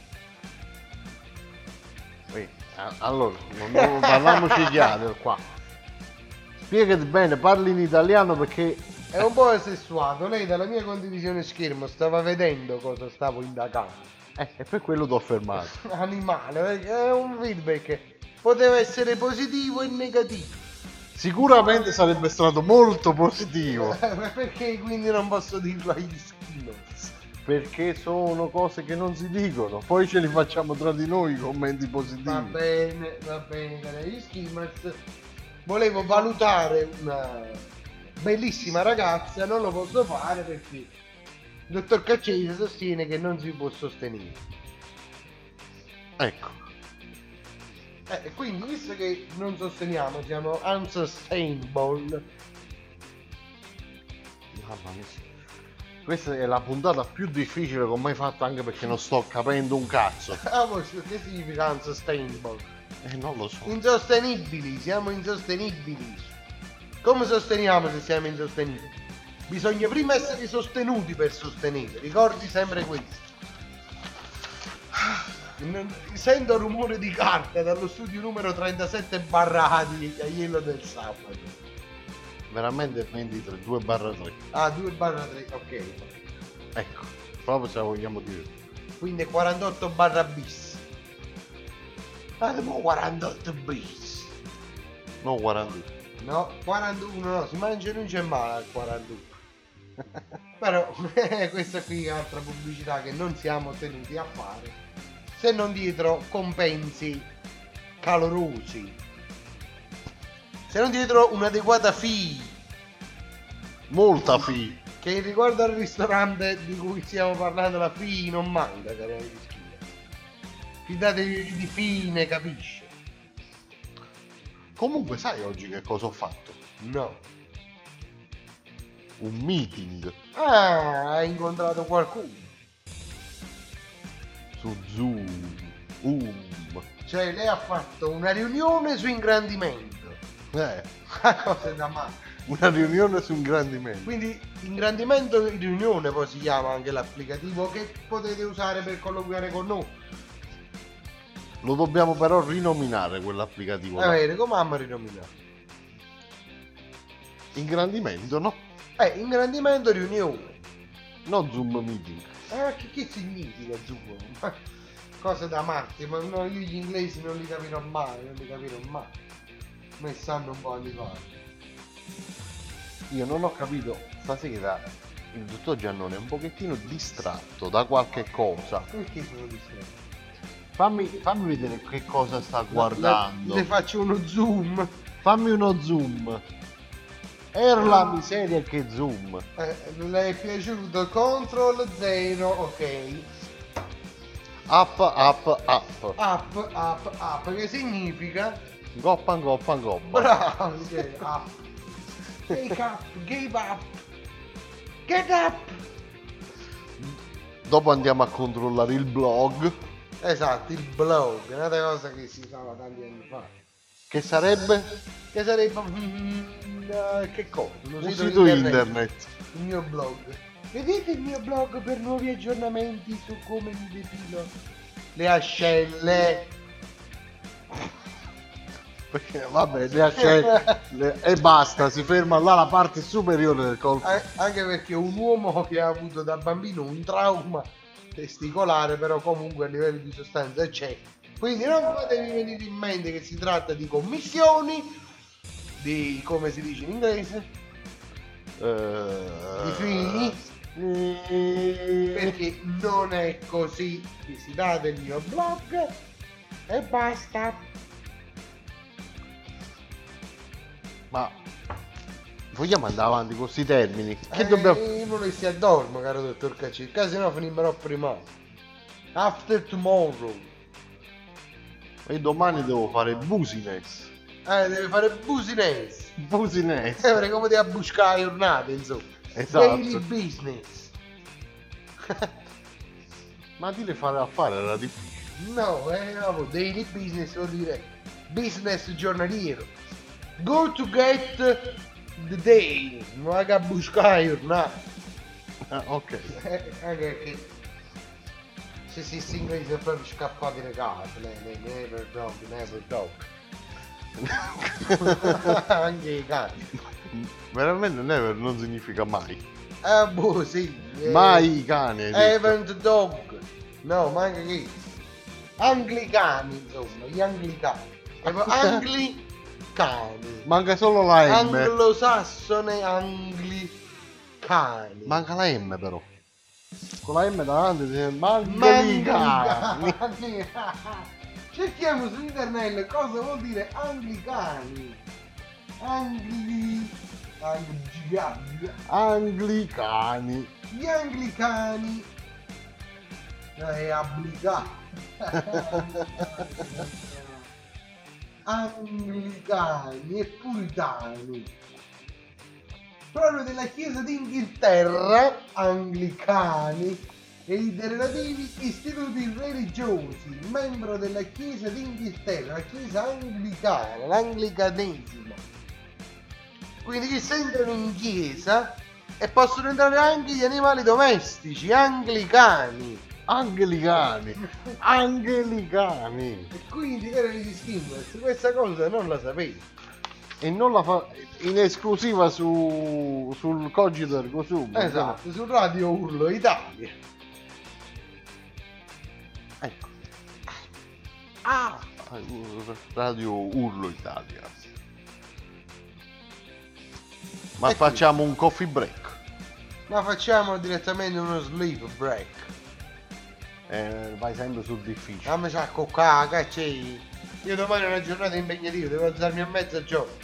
Wait, a- Allora, non, non parliamoci chiaro qua. Spiegati bene, parli in italiano perché È un po' sessuato. Lei dalla mia condivisione schermo stava vedendo cosa stavo indagando. Eh, e per quello t'ho fermato. Animale, perché è un feedback. Poteva essere positivo e negativo. Sicuramente sarebbe stato molto positivo. Perché quindi non posso dirlo agli Skimmers? Perché sono cose che non si dicono. Poi ce li facciamo tra di noi i commenti positivi. Va bene, va bene, cari gli Skimmers. Volevo valutare una bellissima ragazza, non lo posso fare perché il dottor Caccesi sostiene che non si può sostenere. Ecco. Eh, quindi visto che non sosteniamo, siamo unsustainable. Mamma mia. Questa è la puntata più difficile che ho mai fatto, anche perché non sto capendo un cazzo. Ah, voi che significa unsustainable? Eh, non lo so. Insostenibili, siamo insostenibili. Come sosteniamo se siamo insostenibili? Bisogna prima essere sostenuti per sostenere, ricordi sempre questo. Sento rumore di carta dallo studio numero trentasette barra A di Aiello del sabato. Veramente ventitré, due barra tre. Ah, due barra tre, ok. Ecco, proprio se la vogliamo dire. Quindi quarantotto barra bis. Ah, mo quarantotto bis. No, quarantadue. No, quarantuno no, si mangia e non c'è male al quarantuno. Però questa qui è altra pubblicità che non siamo tenuti a fare, se non dietro compensi calorosi, se non dietro un'adeguata fee. Molta fi. Che riguardo al ristorante di cui stiamo parlando, la fee non manca, cari amici Skimmers. Fidatevi di fine, capisce? Comunque sai oggi che cosa ho fatto? No. Un meeting Ah, hai incontrato qualcuno? su Zoom. Um. Cioè lei ha fatto una riunione su ingrandimento. Eh, Cose da male. una riunione su ingrandimento. Quindi ingrandimento di riunione poi si chiama anche l'applicativo che potete usare per colloquiare con noi. Lo dobbiamo però rinominare quell'applicativo. Va là. bene, come abbiamo rinominato? Ingrandimento, no? Eh, ingrandimento riunione. No Zoom meeting. Eh, che, che significa Zoom? Ma cose da matti, ma no, io gli inglesi non li capirò mai, non li capirò mai. Me sanno un po' a fare. Io non ho capito, stasera il dottor Giannone è un pochettino distratto da qualche cosa. Perché sono distratto? Fammi, fammi vedere che cosa sta guardando. Le, le faccio uno zoom. Fammi uno zoom. Era la miseria che zoom. Eh, le è piaciuto? Control zero, ok. Up, up, up. Up, up, up, che significa? Goppa, goppa, goppa. Bravo, ok, up. Wake up, give up. Get up. Dopo andiamo a controllare il blog. Esatto, il blog, un'altra cosa che si usava tanti anni fa. Che sarebbe Che sarebbe mm, eh, che cosa? Uno un sito internet. Il mio blog. Vedete il mio blog per nuovi aggiornamenti su come mi depilo le ascelle. Perché vabbè, le accende le- e basta, si ferma là la parte superiore del corpo. Eh, anche perché un uomo che ha avuto da bambino un trauma testicolare, però comunque a livello di sostanza c'è. Quindi non fatevi venire in mente che si tratta di commissioni, di come si dice in inglese, Eh, di fini, mm, perché non è così. Visitate il mio blog e basta. Ma vogliamo andare avanti con questi termini? Che Eh, dobbiamo. Io non si addormo, caro dottor Cacicca, se no finirò prima. After tomorrow. E domani devo fare business. Eh, deve fare business. Business. Eh, perché come ti a buscare giornate, insomma. Esatto. Daily business. Ma di le fare a fare era difficile. No, eh, no, daily business vuol dire business giornaliero. Go to get the day. Non vai a buscare giornate. Ah, ok. Eh, anche perché se si si inglese è proprio scappato di casa. Never dog, never dog. Anche i cani. Veramente never non significa mai. Eh, boh, sì. eh, Mai i cani. hai detto. Haven't dog. No, ma anche che anglicani, insomma, gli anglicani. Anglicani. Manca solo la M. Anglosassone anglicani. Manca la M però. Con la M davanti si Manglicani. Manglicani. Cerchiamo su internet cosa vuol dire anglicani. Angli... Anglicani. Anglicani. Gli anglicani. È abblicato. Anglicani e puritani, proprio della Chiesa d'Inghilterra, anglicani e i relativi istituti religiosi, membro della Chiesa d'Inghilterra, la Chiesa anglicana, l'anglicanesimo. Quindi che se entrano in chiesa e possono entrare anche gli animali domestici, anglicani. Anglicani. Anglicani. E quindi era di distinguersi, questa cosa non la sapevo. E non la fa in esclusiva su sul Cogito Ergo Sum. Esatto, su Radio Urlo Italia. Ecco. Ah, Radio Urlo Italia. Ma E facciamo un coffee break. Ma facciamo direttamente uno sleep break. Eh, vai sempre sul difficile. Dammi sa coccà, che c'è? Io domani ho una giornata impegnativa, devo alzarmi a mezzogiorno.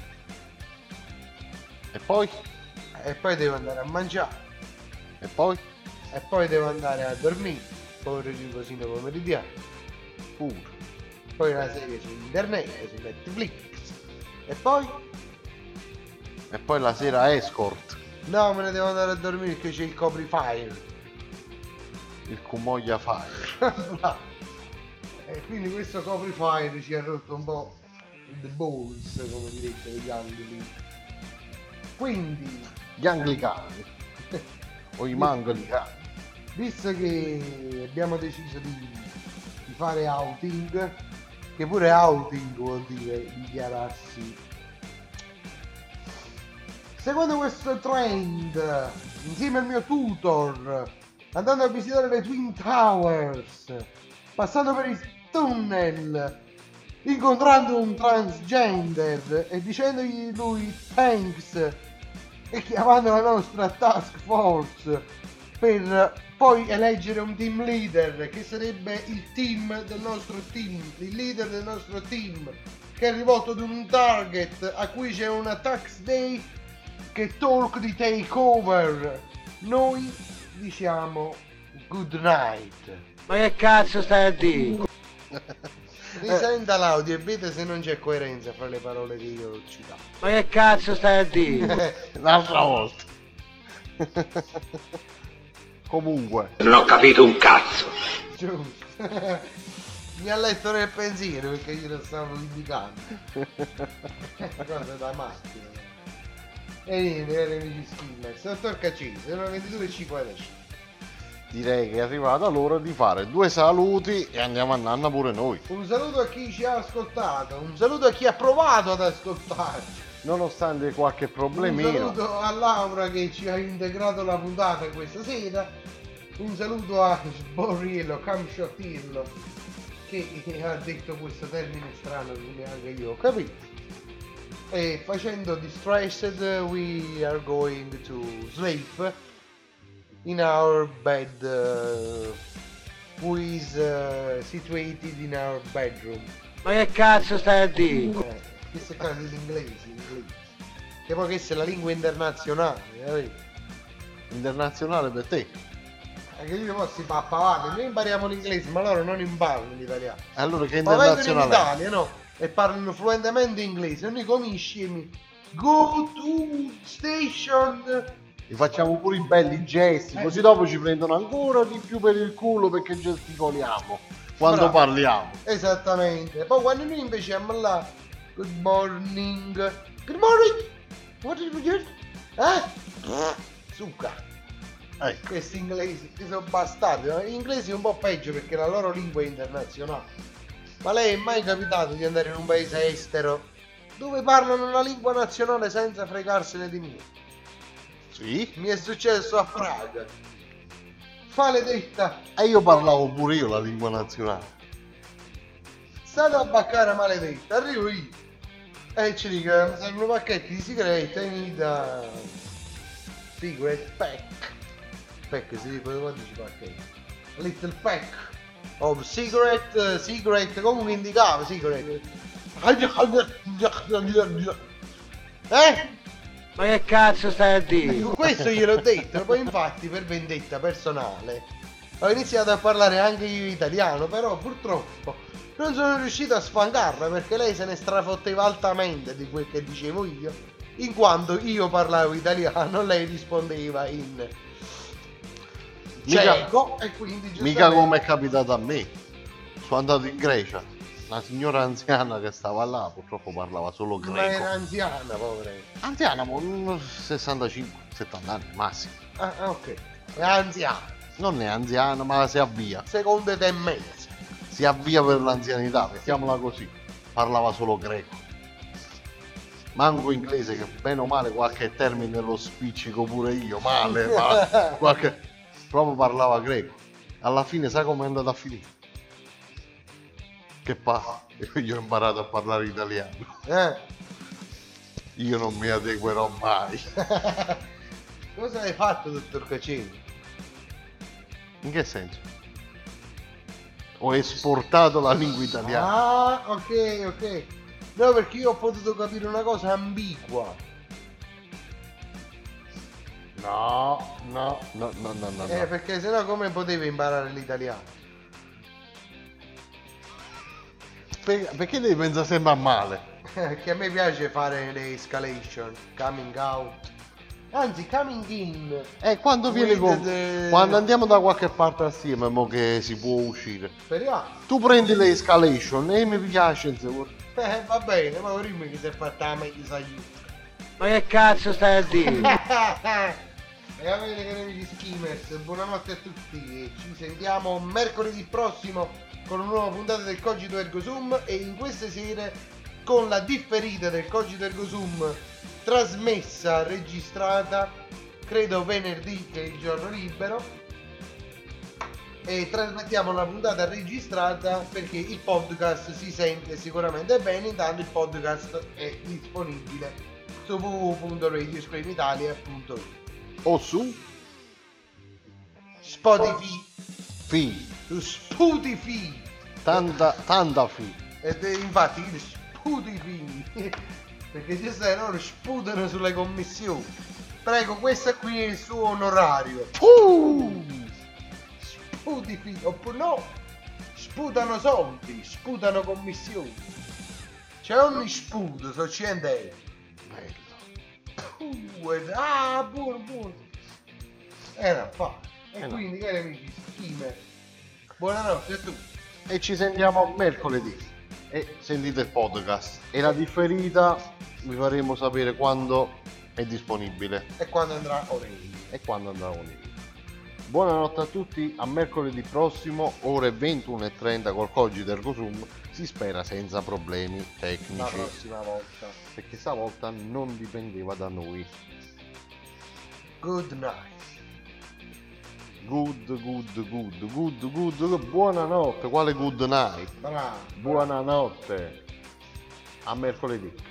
E poi? E poi devo andare a mangiare. E poi? E poi devo andare a dormire. Poi riposino pomeridiano. Pure. Poi la serie su internet, su Netflix. E poi? E poi la sera escort. No, me ne devo andare a dormire perché c'è il coprifire. Il Cumoglia Fire. E quindi questo coprifire ci ha rotto un po' the balls, come direte gli angli. Quindi, Gli anglicani. O i manglicani. visto che abbiamo deciso di, di fare outing, che pure outing vuol dire dichiararsi. Secondo questo trend, insieme al mio tutor, andando a visitare le Twin Towers, passando per il tunnel, incontrando un transgender e dicendogli lui thanks e chiamando la nostra task force per poi eleggere un team leader che sarebbe il team del nostro team, il leader del nostro team, che è rivolto ad un target a cui c'è una tax day che talk di takeover. Noi diciamo good night. Ma che cazzo stai a dire? Risenta l'audio e vede se non c'è coerenza fra le parole che io ho citato. Ma che cazzo stai a dire? L'altra volta. Comunque. Non ho capito un cazzo. Giusto. Mi ha letto nel pensiero perché io lo stavo indicando. Cosa da macchina. E niente, cari amici Skimmers, dottor Caccini, sono le ventidue e cinquantacinque. Direi che è arrivata l'ora di fare due saluti e andiamo a nanna pure noi. Un saluto a chi ci ha ascoltato, un saluto a chi ha provato ad ascoltarci. Nonostante qualche Un problemino. saluto a Laura che ci ha integrato la puntata questa sera. Un saluto a Sborriello, Camsciottillo, che ha detto questo termine strano che neanche io ho capito. E facendo distressed, we are going to sleep in our bed, uh, who is uh, situated in our bedroom. Ma che cazzo stai a dire? Eh, questo è caso l'inglese, l'inglese. Che poi questa è la lingua internazionale, capito? Internazionale per te. Anche io poi si fa pavare, noi impariamo l'inglese, ma loro non imparano l'italiano. Allora che Ma vengono in internazionale? Italia, no? E parlano fluentemente inglese, noi come scemi. Go to station. Li facciamo pure i belli gesti, Eh. così dopo ci prendono ancora di più per il culo perché gesticoliamo quando Bravo. parliamo. Esattamente. Poi quando noi invece siamo là, good morning. Good morning. What did we do? Eh? Succa. Ecco. Questi inglesi che sono bastardi, no? Gli inglesi è un po' peggio perché la loro lingua è internazionale. Ma lei è mai capitato di andare in un paese estero dove parlano una lingua nazionale senza fregarsene di me? Sì, Mi è successo a Praga. maledetta. E io parlavo pure io la lingua nazionale. State a baccare maledetta, arrivo io. E ci dico, mi servono pacchetti di sigarette in da cigarette pack. Pack si dice, come dici pacchetti? Little pack of cigarette, cigarette, comunque indicava cigarette. Eh? Ma che cazzo stai a dire? Ecco, questo gliel'ho detto, poi infatti per vendetta personale ho iniziato a parlare anche io italiano, però purtroppo non sono riuscito a sfangarla perché lei se ne strafotteva altamente di quel che dicevo io, in quanto io parlavo italiano, lei rispondeva in ceco e quindi Mica come è capitato a me. Sono andato in Grecia, una signora anziana che stava là purtroppo parlava solo greco. Ma era anziana, povera. Anziana, mo, sessantacinque settanta anni massimo. Ah, ah, ok, è anziana. Non è anziana, ma si avvia. Secondo te e mezzo. Si avvia per l'anzianità, mettiamola così. Parlava solo greco. Manco inglese, che bene o male qualche termine lo spiccico pure io, male, ma qualche... proprio parlava greco. Alla fine sai come è andato a finire? Che fa? Io ho imparato a parlare italiano. Eh? Io non mi adeguerò mai. Cosa hai fatto, dottor Cacini? In che senso? Ho esportato la lingua italiana. Ah, ok, ok. No, perché io ho potuto capire una cosa ambigua. No, no, no, no, no, no. Eh, no. perché sennò come potevi imparare l'italiano? Per- perché devi pensare sempre a male? Che a me piace fare le escalation, coming out. Anzi, coming in. Eh, quando viene With con... the- Quando andiamo da qualche parte assieme, mo che si può uscire. Speriamo. Tu prendi le escalation e mi piace, insomma. Eh, va bene, ma prima che si è fatta la meglio sai io. Ma che cazzo stai a dire? E va bene, cari amici skimmers, buonanotte a tutti e ci sentiamo mercoledì prossimo con una nuova puntata del Cogito Ergo Sum e in queste sere con la differita del Cogito Ergo Sum trasmessa, registrata, credo venerdì che è il giorno libero, e trasmettiamo la puntata registrata perché il podcast si sente sicuramente bene. Intanto il podcast è disponibile su w w w punto radio scream italia punto it O su Spotify, fi, su Spotify tanta, tanta fi. ed è infatti il Spotify perché ci stanno loro sputano sulle commissioni. Prego, questo qui è il suo onorario. Uh! Spotify, oppure no, sputano soldi, sputano commissioni. C'è ogni sputo, so cento Bello. Uh, ed- ah, buono, buono. Era fatto. E Eh no. quindi, cari amici, schime. Buonanotte a tutti. E ci sentiamo mercoledì. E sentite il podcast. E la differita vi faremo sapere quando è disponibile E quando andrà Orelli. e quando andrà on air. Buonanotte a tutti, a mercoledì prossimo, ore ventuno e trenta col Cogito Ergo Sum, si spera senza problemi La tecnici, prossima volta. perché stavolta non dipendeva da noi. Good night. Good, good, good, good, good, good, buonanotte, quale good night? Bravo. Buonanotte, a mercoledì.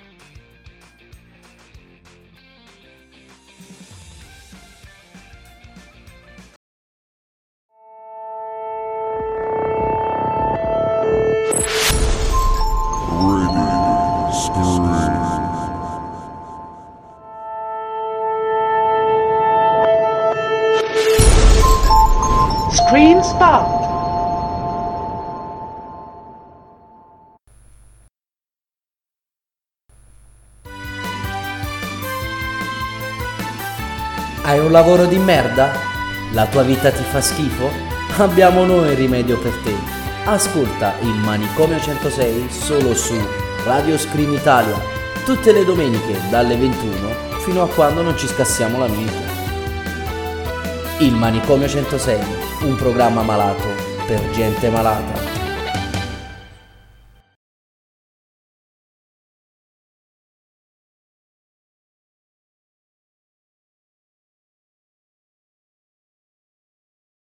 Screen Spot. Hai un lavoro di merda? La tua vita ti fa schifo? Abbiamo noi il rimedio per te. Ascolta il Manicomio centosei solo su Radio Scream Italia, tutte le domeniche dalle ventuno fino a quando non ci scassiamo la minchia. Il Manicomio centosei, un programma malato per gente malata.